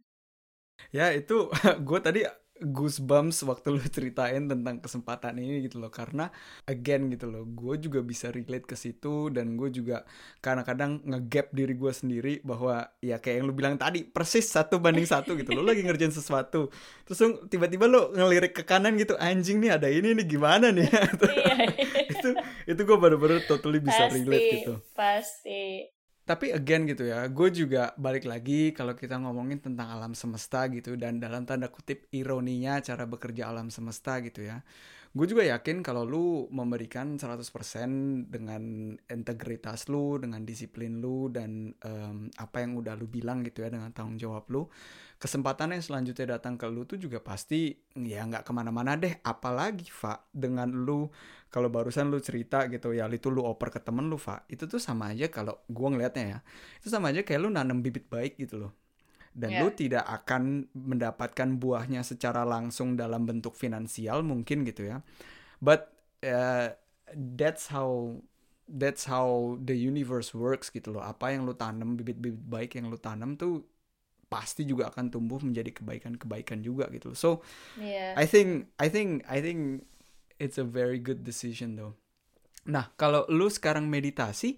Ya itu gue tadi goosebumps waktu lu ceritain tentang kesempatan ini gitu loh, karena again gitu loh gue juga bisa relate ke situ dan gue juga kadang-kadang nge-gap diri gue sendiri bahwa ya kayak yang lu bilang tadi persis satu banding satu gitu. Lu lagi ngerjain sesuatu terus lu tiba-tiba lu ngelirik ke kanan gitu, anjing nih ada ini nih gimana nih. itu itu gue baru-baru totally bisa pasti, relate gitu. Pasti. Tapi again gitu ya, gue juga balik lagi kalau kita ngomongin tentang alam semesta gitu dan dalam tanda kutip ironinya cara bekerja alam semesta gitu ya. Gue juga yakin kalau lu memberikan seratus persen dengan integritas lu, dengan disiplin lu dan um, apa yang udah lu bilang gitu ya, dengan tanggung jawab lu, kesempatan yang selanjutnya datang ke lu tuh juga pasti ya nggak kemana-mana deh. Apalagi Fa, dengan lu kalau barusan lu cerita gitu ya, itu lu oper ke temen lu Fa, itu tuh sama aja kalau gue ngelihatnya ya, itu sama aja kayak lu nanam bibit baik gitu loh. Dan yeah. lu tidak akan mendapatkan buahnya secara langsung dalam bentuk finansial mungkin gitu ya. But uh, that's how that's how the universe works gitu loh. Apa yang lu tanam, bibit-bibit baik yang lu tanam tuh pasti juga akan tumbuh menjadi kebaikan-kebaikan juga gitu loh. So yeah. I think I think I think it's a very good decision though. Nah, kalau lu sekarang meditasi,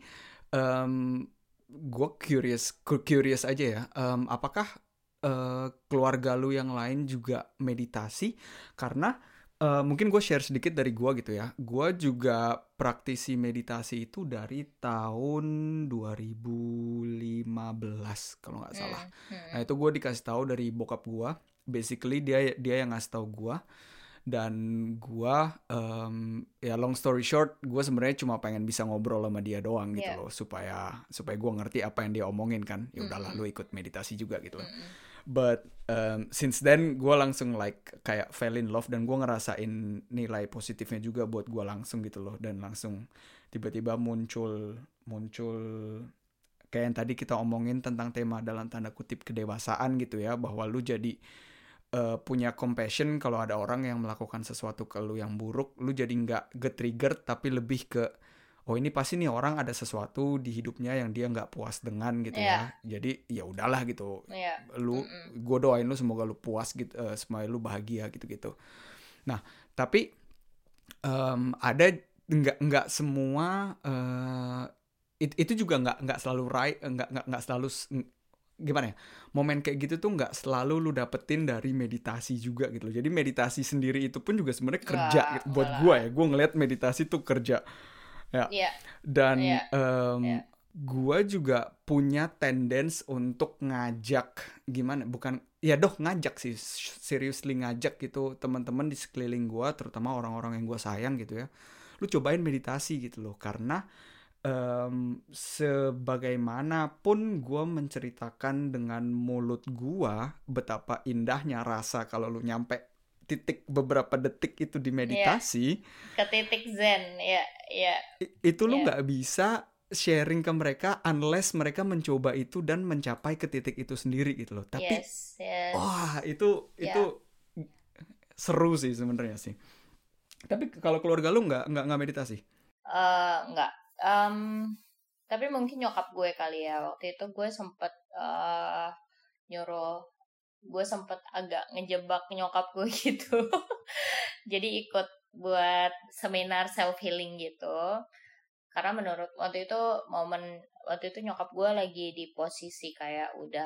um, gue curious, curious aja ya. Um, apakah uh, keluarga lu yang lain juga meditasi? Karena Uh, mungkin gue share sedikit dari gue gitu ya. Gue juga praktisi meditasi itu dari tahun dua ribu lima belas kalau nggak salah. Hmm, hmm. Nah itu gue dikasih tahu dari bokap gue. Basically dia dia yang ngasih tahu gue. Dan gue, um, ya long story short, gue sebenarnya cuma pengen bisa ngobrol sama dia doang gitu Yeah. loh, supaya supaya gue ngerti apa yang dia omongin kan. Ya udahlah, Mm-mm. lu ikut meditasi juga gitu loh. Mm-mm. But um, since then gue langsung like kayak fell in love dan gue ngerasain nilai positifnya juga buat gue langsung gitu loh, dan langsung tiba-tiba muncul muncul kayak yang tadi kita omongin tentang tema dalam tanda kutip kedewasaan gitu ya, bahwa lu jadi uh, punya compassion kalau ada orang yang melakukan sesuatu ke lu yang buruk, lu jadi nggak get-trigger tapi lebih ke oh ini pasti nih orang ada sesuatu di hidupnya yang dia nggak puas dengan gitu Yeah. ya. Jadi ya udahlah gitu. Yeah. Lu, Mm-mm. gue doain lu semoga lu puas gitu, uh, semoga lu bahagia gitu-gitu. Nah tapi um, ada nggak nggak semua uh, it, itu juga nggak nggak selalu right, nggak nggak nggak selalu gimana ya, momen kayak gitu tuh nggak selalu lu dapetin dari meditasi juga gitu loh. Jadi meditasi sendiri itu pun juga sebenarnya kerja gitu. Buat gue ya, gue ngeliat meditasi tuh kerja ya. Yeah. Dan Yeah. um, Yeah. gue juga punya tendens untuk ngajak gimana, bukan ya doh ngajak sih, seriously ngajak gitu teman-teman di sekeliling gue, terutama orang-orang yang gue sayang gitu ya, lu cobain meditasi gitu loh. Karena um, sebagaimanapun gue menceritakan dengan mulut gue betapa indahnya rasa kalau lu nyampe titik beberapa detik itu di meditasi, yeah. Ke titik zen ya, yeah. Yeah. itu lu nggak yeah. bisa sharing ke mereka unless mereka mencoba itu dan mencapai ke titik itu sendiri gitu loh. Tapi yes, yes. wah itu Yeah. itu seru sih sebenarnya sih. Tapi kalau keluarga lu nggak nggak nggak meditasi? Uh, nggak. Um, tapi mungkin nyokap gue kali ya. Waktu itu gue sempet uh, nyuruh, gue sempet agak ngejebak nyokap gue gitu. Jadi ikut buat seminar self healing gitu. Karena menurut waktu itu momen waktu itu nyokap gue lagi di posisi kayak udah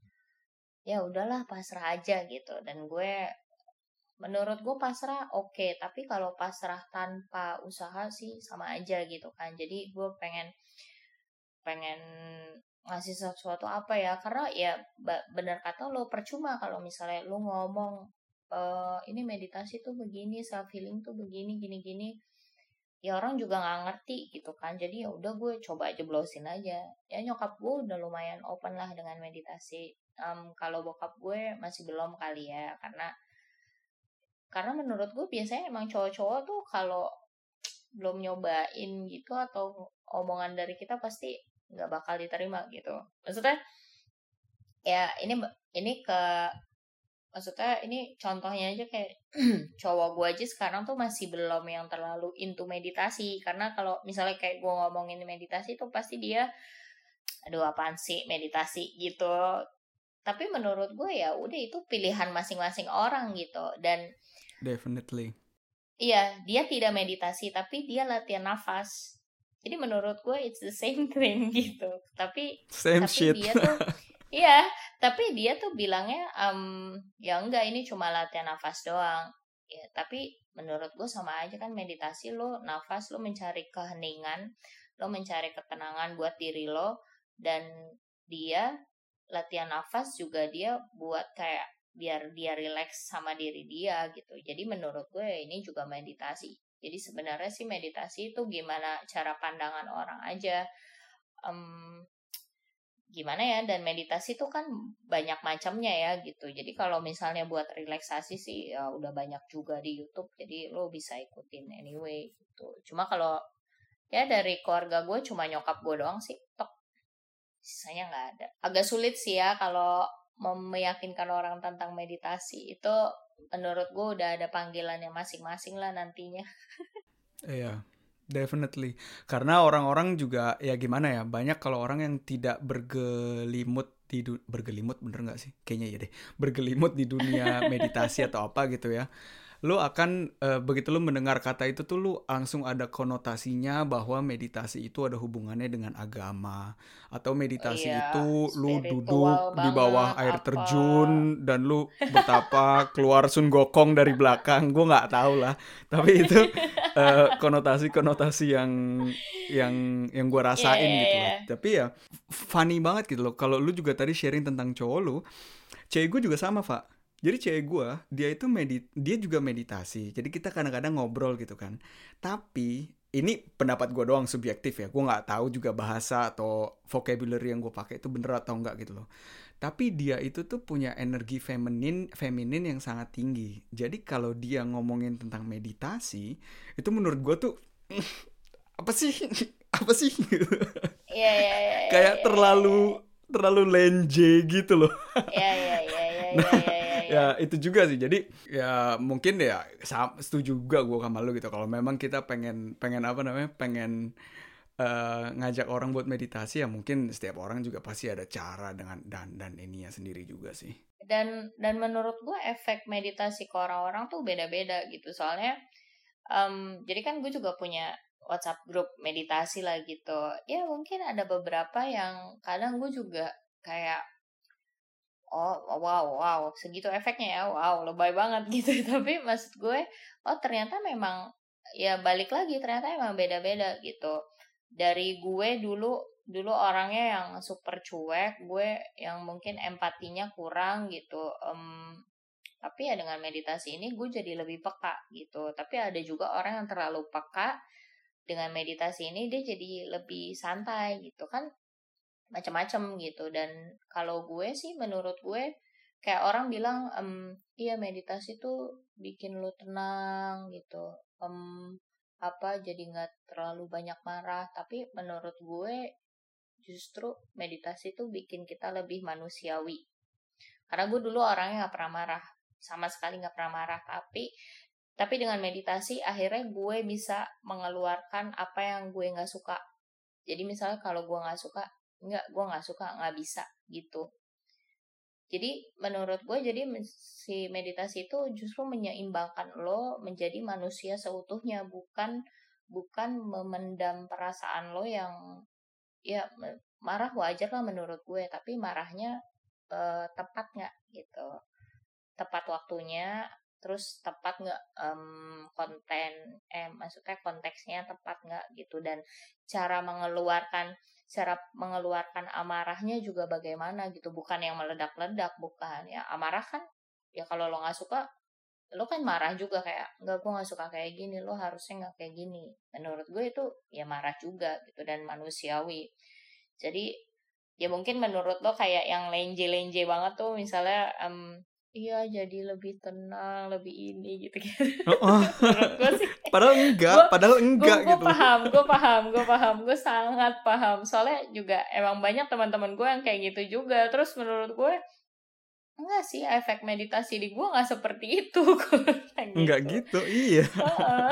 ya udahlah pasrah aja gitu. Dan gue menurut gue pasrah oke, okay, tapi kalau pasrah tanpa usaha sih sama aja gitu kan. Jadi gue pengen pengen ngasih sesuatu apa ya, karena ya benar kata lo, percuma kalau misalnya lo ngomong e, ini meditasi tuh begini, self healing tuh begini gini gini, ya orang juga nggak ngerti gitu kan. Jadi ya udah gue coba jeblosin aja. Ya nyokap gue udah lumayan open lah dengan meditasi. Um, kalau bokap gue masih belum kali ya, karena karena menurut gue biasanya emang cowok-cowok tuh kalau belum nyobain gitu atau omongan dari kita pasti nggak bakal diterima gitu. Maksudnya ya ini ini ke maksudnya ini contohnya aja kayak cowok gue aja sekarang tuh masih belum yang terlalu into meditasi. Karena kalau misalnya kayak gue ngomongin meditasi tuh pasti dia aduh apaan sih meditasi gitu. Tapi menurut gue ya udah itu pilihan masing-masing orang gitu. Dan definitely iya, dia tidak meditasi tapi dia latihan nafas. Jadi menurut gue it's the same thing gitu. Tapi same tapi shit. dia tuh iya, tapi dia tuh bilangnya um, ya enggak, ini cuma latihan nafas doang. Ya, tapi menurut gue sama aja kan meditasi, lo nafas, lo mencari keheningan, lo mencari ketenangan buat diri lo, dan dia latihan nafas juga dia buat kayak biar dia relax sama diri dia gitu. Jadi menurut gue ini juga meditasi. Jadi sebenarnya sih meditasi itu gimana cara pandangan orang aja. Um, gimana ya, dan meditasi itu kan banyak macamnya ya gitu. Jadi kalau misalnya buat relaksasi sih ya udah banyak juga di YouTube. Jadi lo bisa ikutin anyway gitu. Cuma kalau ya dari keluarga gue cuma nyokap gue doang sih. Tok. Sisanya nggak ada. Agak sulit sih ya kalau meyakinkan orang tentang meditasi. Itu menurut gue udah ada panggilannya masing-masing lah nantinya. Iya, yeah, definitely. Karena orang-orang juga ya gimana ya, banyak kalau orang yang tidak bergelimut di du- bergelimut bener nggak sih? Kayaknya ya deh, bergelimut di dunia meditasi atau apa gitu ya. lu akan uh, begitu lu mendengar kata itu tuh lu langsung ada konotasinya bahwa meditasi itu ada hubungannya dengan agama, atau Oh meditasi iya, itu lu spiritual duduk di bawah banget air apa. terjun dan lu betapa keluar Sun Gokong dari belakang. Gue nggak tahu lah, tapi itu uh, konotasi-konotasi yang yang yang gue Iya, rasain iya, gitu iya. loh. Tapi ya funny banget gitu loh. Kalau lu juga tadi sharing tentang cowok lu, cewek gue juga sama, Pak. Jadi cewek gue, dia itu medit, dia juga meditasi. Jadi kita kadang-kadang ngobrol gitu kan. Tapi ini pendapat gue doang, subjektif ya. Gue nggak tahu juga bahasa atau vocabulary yang gue pakai itu bener atau enggak gitu loh. Tapi dia itu tuh punya energi feminin, feminin yang sangat tinggi. Jadi kalau dia ngomongin tentang meditasi, itu menurut gue tuh apa sih? Apa sih? Iya, iya, iya, iya, Kayak iya, iya, iya. terlalu terlalu lenje gitu loh. Iya, iya, iya, iya, Nah, iya, iya, iya, iya. ya itu juga sih. Jadi ya mungkin ya sa- setuju juga gue sama lu gitu. Kalau memang kita pengen pengen apa namanya, pengen eh, ngajak orang buat meditasi, ya mungkin setiap orang juga pasti ada cara dengan dan dan ininya sendiri juga sih. Dan dan menurut gue efek meditasi ke orang-orang tuh beda-beda gitu. Soalnya em, jadi kan gue juga punya WhatsApp grup meditasi lah gitu. Ya mungkin ada beberapa yang kadang gue juga kayak oh wow wow segitu efeknya ya, wow lebay banget gitu. Tapi maksud gue oh ternyata memang ya balik lagi ternyata emang beda-beda gitu. Dari gue dulu dulu orangnya yang super cuek, gue yang mungkin empatinya kurang gitu. Em, tapi ya dengan meditasi ini gue jadi lebih peka gitu. Tapi ada juga orang yang terlalu peka, dengan meditasi ini dia jadi lebih santai gitu kan, macam-macam gitu. Dan kalau gue sih menurut gue kayak orang bilang em, iya meditasi tuh bikin lu tenang gitu, em, apa jadi nggak terlalu banyak marah. Tapi menurut gue justru meditasi tuh bikin kita lebih manusiawi, karena gue dulu orangnya nggak pernah marah, sama sekali nggak pernah marah. Tapi tapi dengan meditasi akhirnya gue bisa mengeluarkan apa yang gue nggak suka. Jadi misalnya kalau gue nggak suka, nggak gue nggak suka, nggak bisa gitu. Jadi menurut gue jadi si meditasi itu justru menyeimbangkan lo menjadi manusia seutuhnya, bukan bukan memendam perasaan lo yang ya marah wajar lah menurut gue, tapi marahnya eh, tepat nggak gitu, tepat waktunya, terus tepat nggak em, konten, eh maksudnya konteksnya tepat nggak gitu. Dan cara mengeluarkan cara mengeluarkan amarahnya juga bagaimana gitu, bukan yang meledak-ledak, bukan ya. Amarah kan ya kalau lo nggak suka, lo kan marah juga kayak nggak, gue nggak suka kayak gini, lo harusnya nggak kayak gini. Menurut gue itu ya marah juga gitu dan manusiawi. Jadi ya mungkin menurut lo kayak yang lenje-lenje banget tuh misalnya em, iya jadi lebih tenang, lebih ini gitu gitu. Oh, Menurut gue sih padahal enggak, gue padahal gue enggak gue gitu. paham gue paham gue paham gue sangat paham. Soalnya juga emang banyak teman-teman gue yang kayak gitu juga. Terus menurut gue enggak sih, efek meditasi di gue nggak seperti itu. Kayak Enggak gitu. gitu, iya. Heeh.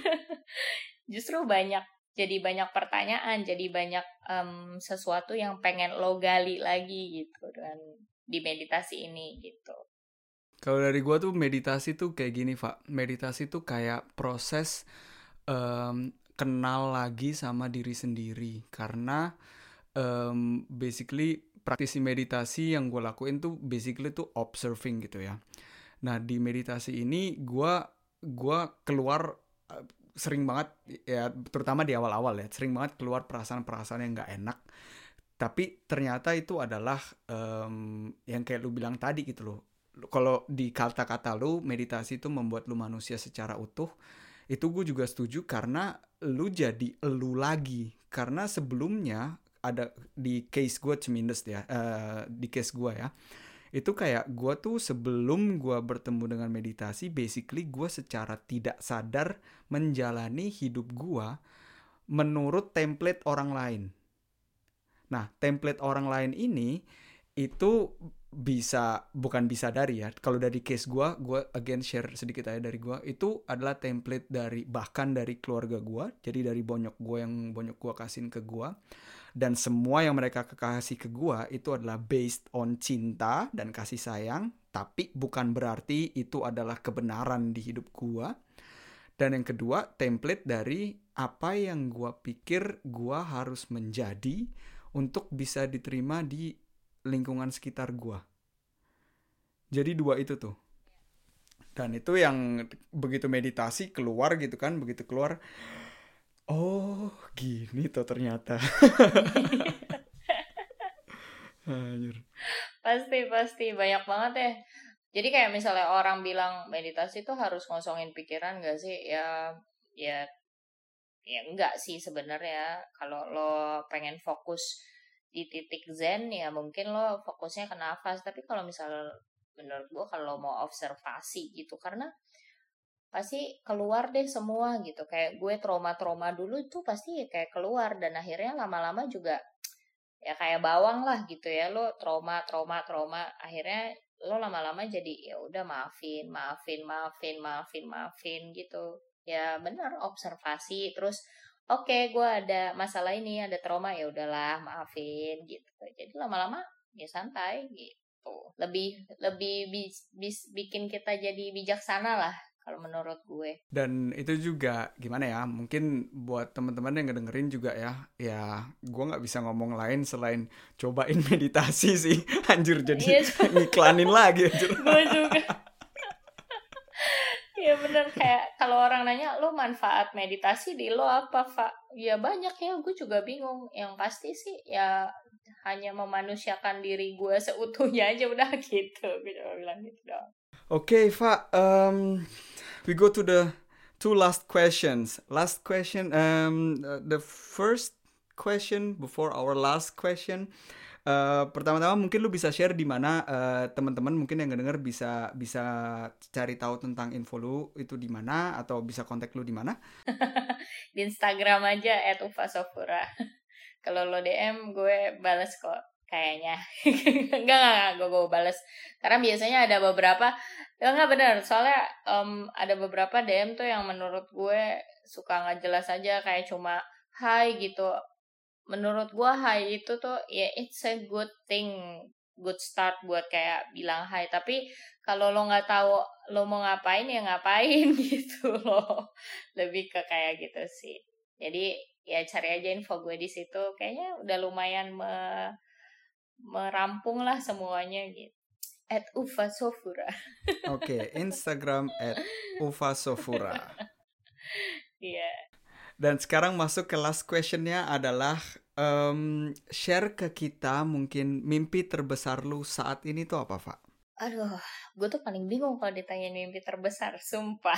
Justru banyak, jadi banyak pertanyaan, jadi banyak em, sesuatu yang pengen lo gali lagi gitu dan di meditasi ini gitu. Kalau dari gua tuh meditasi tuh kayak gini, Pak. Meditasi tuh kayak proses em, kenal lagi sama diri sendiri. Karena em, basically praktisi meditasi yang gue lakuin tuh basically tuh observing gitu ya. Nah di meditasi ini gue gua keluar eh, sering banget ya, terutama di awal-awal ya, sering banget keluar perasaan-perasaan yang nggak enak. Tapi ternyata itu adalah em, yang kayak lu bilang tadi gitu loh. Kalau di kata-kata lu meditasi itu membuat lu manusia secara utuh, itu gue juga setuju karena lu jadi elu lagi. Karena sebelumnya ada di case gue Cemindes ya, eh, di case gue ya, itu kayak gue tuh sebelum gue bertemu dengan meditasi, basically gue secara tidak sadar menjalani hidup gue menurut template orang lain. Nah, template orang lain ini itu bisa, bukan bisa dari ya. Kalau dari case gue, gue again share sedikit aja dari gue. Itu adalah template dari, bahkan dari keluarga gue. Jadi dari bonyok gue yang bonyok gue kasihin ke gue. Dan semua yang mereka kasih ke gue itu adalah based on cinta dan kasih sayang. tapi bukan berarti itu adalah kebenaran di hidup gue. Dan yang kedua, template dari apa yang gue pikir gue harus menjadi untuk bisa diterima di lingkungan sekitar gue. Jadi dua itu tuh. Dan itu yang begitu meditasi keluar gitu kan, begitu keluar, oh gini tuh ternyata. Anjir. Pasti, pasti. Banyak banget ya. Jadi kayak misalnya orang bilang meditasi tuh harus ngosongin pikiran gak sih? Ya, ya, ya enggak sih sebenarnya. Kalau lo pengen fokus di titik zen, ya mungkin lo fokusnya ke nafas. Tapi kalau misalnya menurut gue kalau mau observasi gitu, karena pasti keluar deh semua gitu. Kayak gue trauma-trauma dulu itu pasti kayak keluar. Dan akhirnya lama-lama juga ya kayak bawang lah gitu ya, lo trauma trauma trauma akhirnya lo lama-lama jadi ya udah maafin maafin maafin maafin maafin gitu ya. Bener, observasi terus, oke okay, gue ada masalah ini, ada trauma, ya udahlah maafin gitu. Jadi lama-lama ya santai gitu, lebih lebih bis, bis, bikin kita jadi bijaksana lah kalau menurut gue. Dan itu juga gimana ya, mungkin buat teman-teman yang ngedengerin juga ya, ya gue nggak bisa ngomong lain selain cobain meditasi sih. Anjir, jadi ngiklanin lagi anjir. Gue juga. Ya bener, kayak kalau orang nanya lo manfaat meditasi di lo apa, Pak? Ya banyak ya, gue juga bingung. Yang pasti sih ya hanya memanusiakan diri gue seutuhnya aja udah gitu. Gue coba bilang gitu dong. Oke, okay, Fa, um, we go to the two last questions. Last question, um, the first question before our last question. Uh, pertama-tama mungkin lu bisa share di mana uh, teman-teman mungkin yang ngedenger bisa bisa cari tahu tentang info lu itu di mana, atau bisa kontak lu di mana? Di Instagram aja et ufasofura. Kalau lo D M gue bales kok kayaknya. enggak, enggak, enggak, gue, gue bales. Karena biasanya ada beberapa, ya enggak benar, soalnya um, ada beberapa D M tuh yang menurut gue suka nggak jelas aja, kayak cuma hai gitu. Menurut gue hai itu tuh ya it's a good thing, good start buat kayak bilang hai. Tapi kalau lo nggak tahu lo mau ngapain ya ngapain gitu loh. Lebih ke kayak gitu sih. Jadi ya cari aja info gue di situ. Kayaknya udah lumayan me, merampung lah semuanya gitu. At ufasofura. Oke, okay, Instagram at ufasofura. Iya. Yeah. Dan sekarang masuk ke last questionnya adalah um, share ke kita mungkin mimpi terbesar lu saat ini tuh apa, Pak? Aduh, gue tuh paling bingung kalau ditanya mimpi terbesar, sumpah.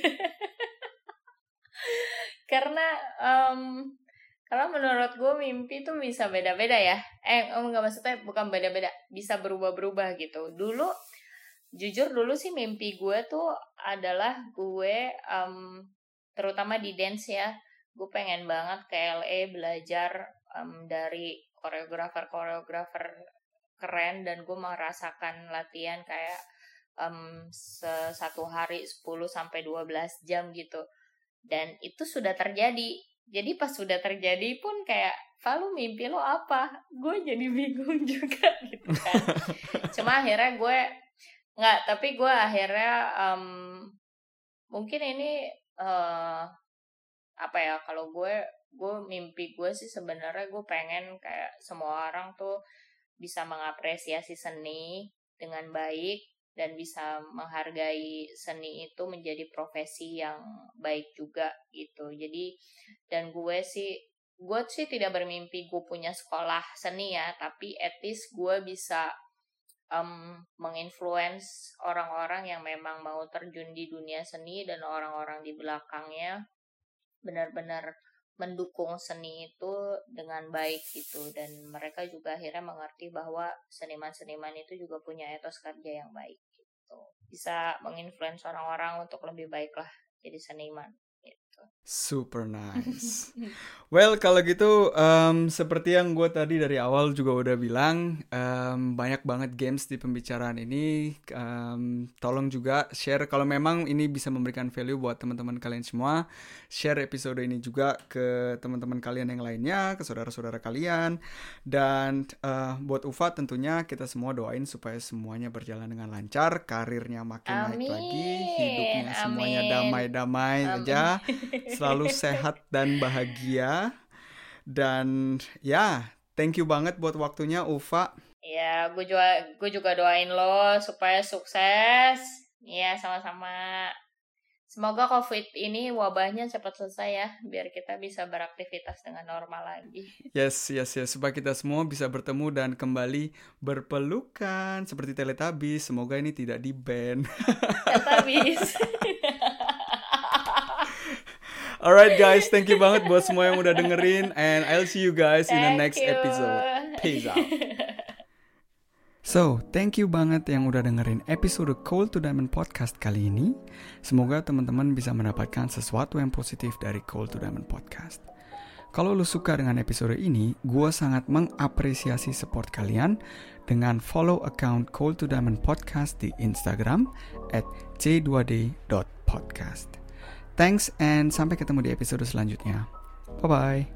Karena um, karena menurut gue mimpi tuh bisa beda-beda ya. Eh, enggak, maksudnya bukan beda-beda, bisa berubah-berubah gitu. Dulu, jujur dulu sih mimpi gue tuh adalah gue, um, terutama di dance ya, gue pengen banget ke L A belajar um, dari koreografer-koreografer keren, dan gue merasakan latihan kayak um, satu hari sepuluh sampai dua belas jam gitu. Dan itu sudah terjadi. Jadi pas sudah terjadi pun kayak, Falu mimpi lo apa? Gue jadi bingung juga gitu kan. Cuma akhirnya gue nggak, tapi gue akhirnya um, mungkin ini uh, apa ya, kalau gue gue mimpi gue sih sebenarnya gue pengen kayak semua orang tuh bisa mengapresiasi seni dengan baik dan bisa menghargai seni itu menjadi profesi yang baik juga gitu. Jadi dan gue sih gue sih tidak bermimpi gue punya sekolah seni ya, tapi at least gue bisa um, menginfluence orang-orang yang memang mau terjun di dunia seni, dan orang-orang di belakangnya benar-benar mendukung seni itu dengan baik gitu, dan mereka juga akhirnya mengerti bahwa seniman-seniman itu juga punya etos kerja yang baik gitu, bisa menginfluence orang-orang untuk lebih baik lah jadi seniman gitu. Super nice. Well, kalau gitu um, seperti yang gue tadi dari awal juga udah bilang, um, banyak banget games di pembicaraan ini. Um, tolong juga share kalau memang ini bisa memberikan value buat teman-teman kalian semua. Share episode ini juga ke teman-teman kalian yang lainnya, ke saudara-saudara kalian. Dan uh, buat Ufa tentunya kita semua doain supaya semuanya berjalan dengan lancar, karirnya makin Amin. naik lagi, hidupnya Amin. semuanya damai-damai aja. Selalu sehat dan bahagia. Dan ya, thank you banget buat waktunya Ufa. Ya, gue juga gue juga doain lo supaya sukses. Ya, sama-sama. Semoga COVID ini wabahnya cepat selesai ya, biar kita bisa beraktivitas dengan normal lagi. Yes, yes, yes. Supaya kita semua bisa bertemu dan kembali berpelukan seperti Teletubbies. Semoga ini tidak di-ban. Teletubbies. Alright guys, thank you banget buat semua yang udah dengerin, and I'll see you guys in the next you. episode. Peace out. So, thank you banget yang udah dengerin episode Cold to Diamond Podcast kali ini. Semoga teman-teman bisa mendapatkan sesuatu yang positif dari Cold to Diamond Podcast. Kalau lu suka dengan episode ini, gue sangat mengapresiasi support kalian dengan follow account Cold to Diamond Podcast di Instagram at c dua d dot podcast. Thanks and sampai ketemu di episode selanjutnya. Bye-bye.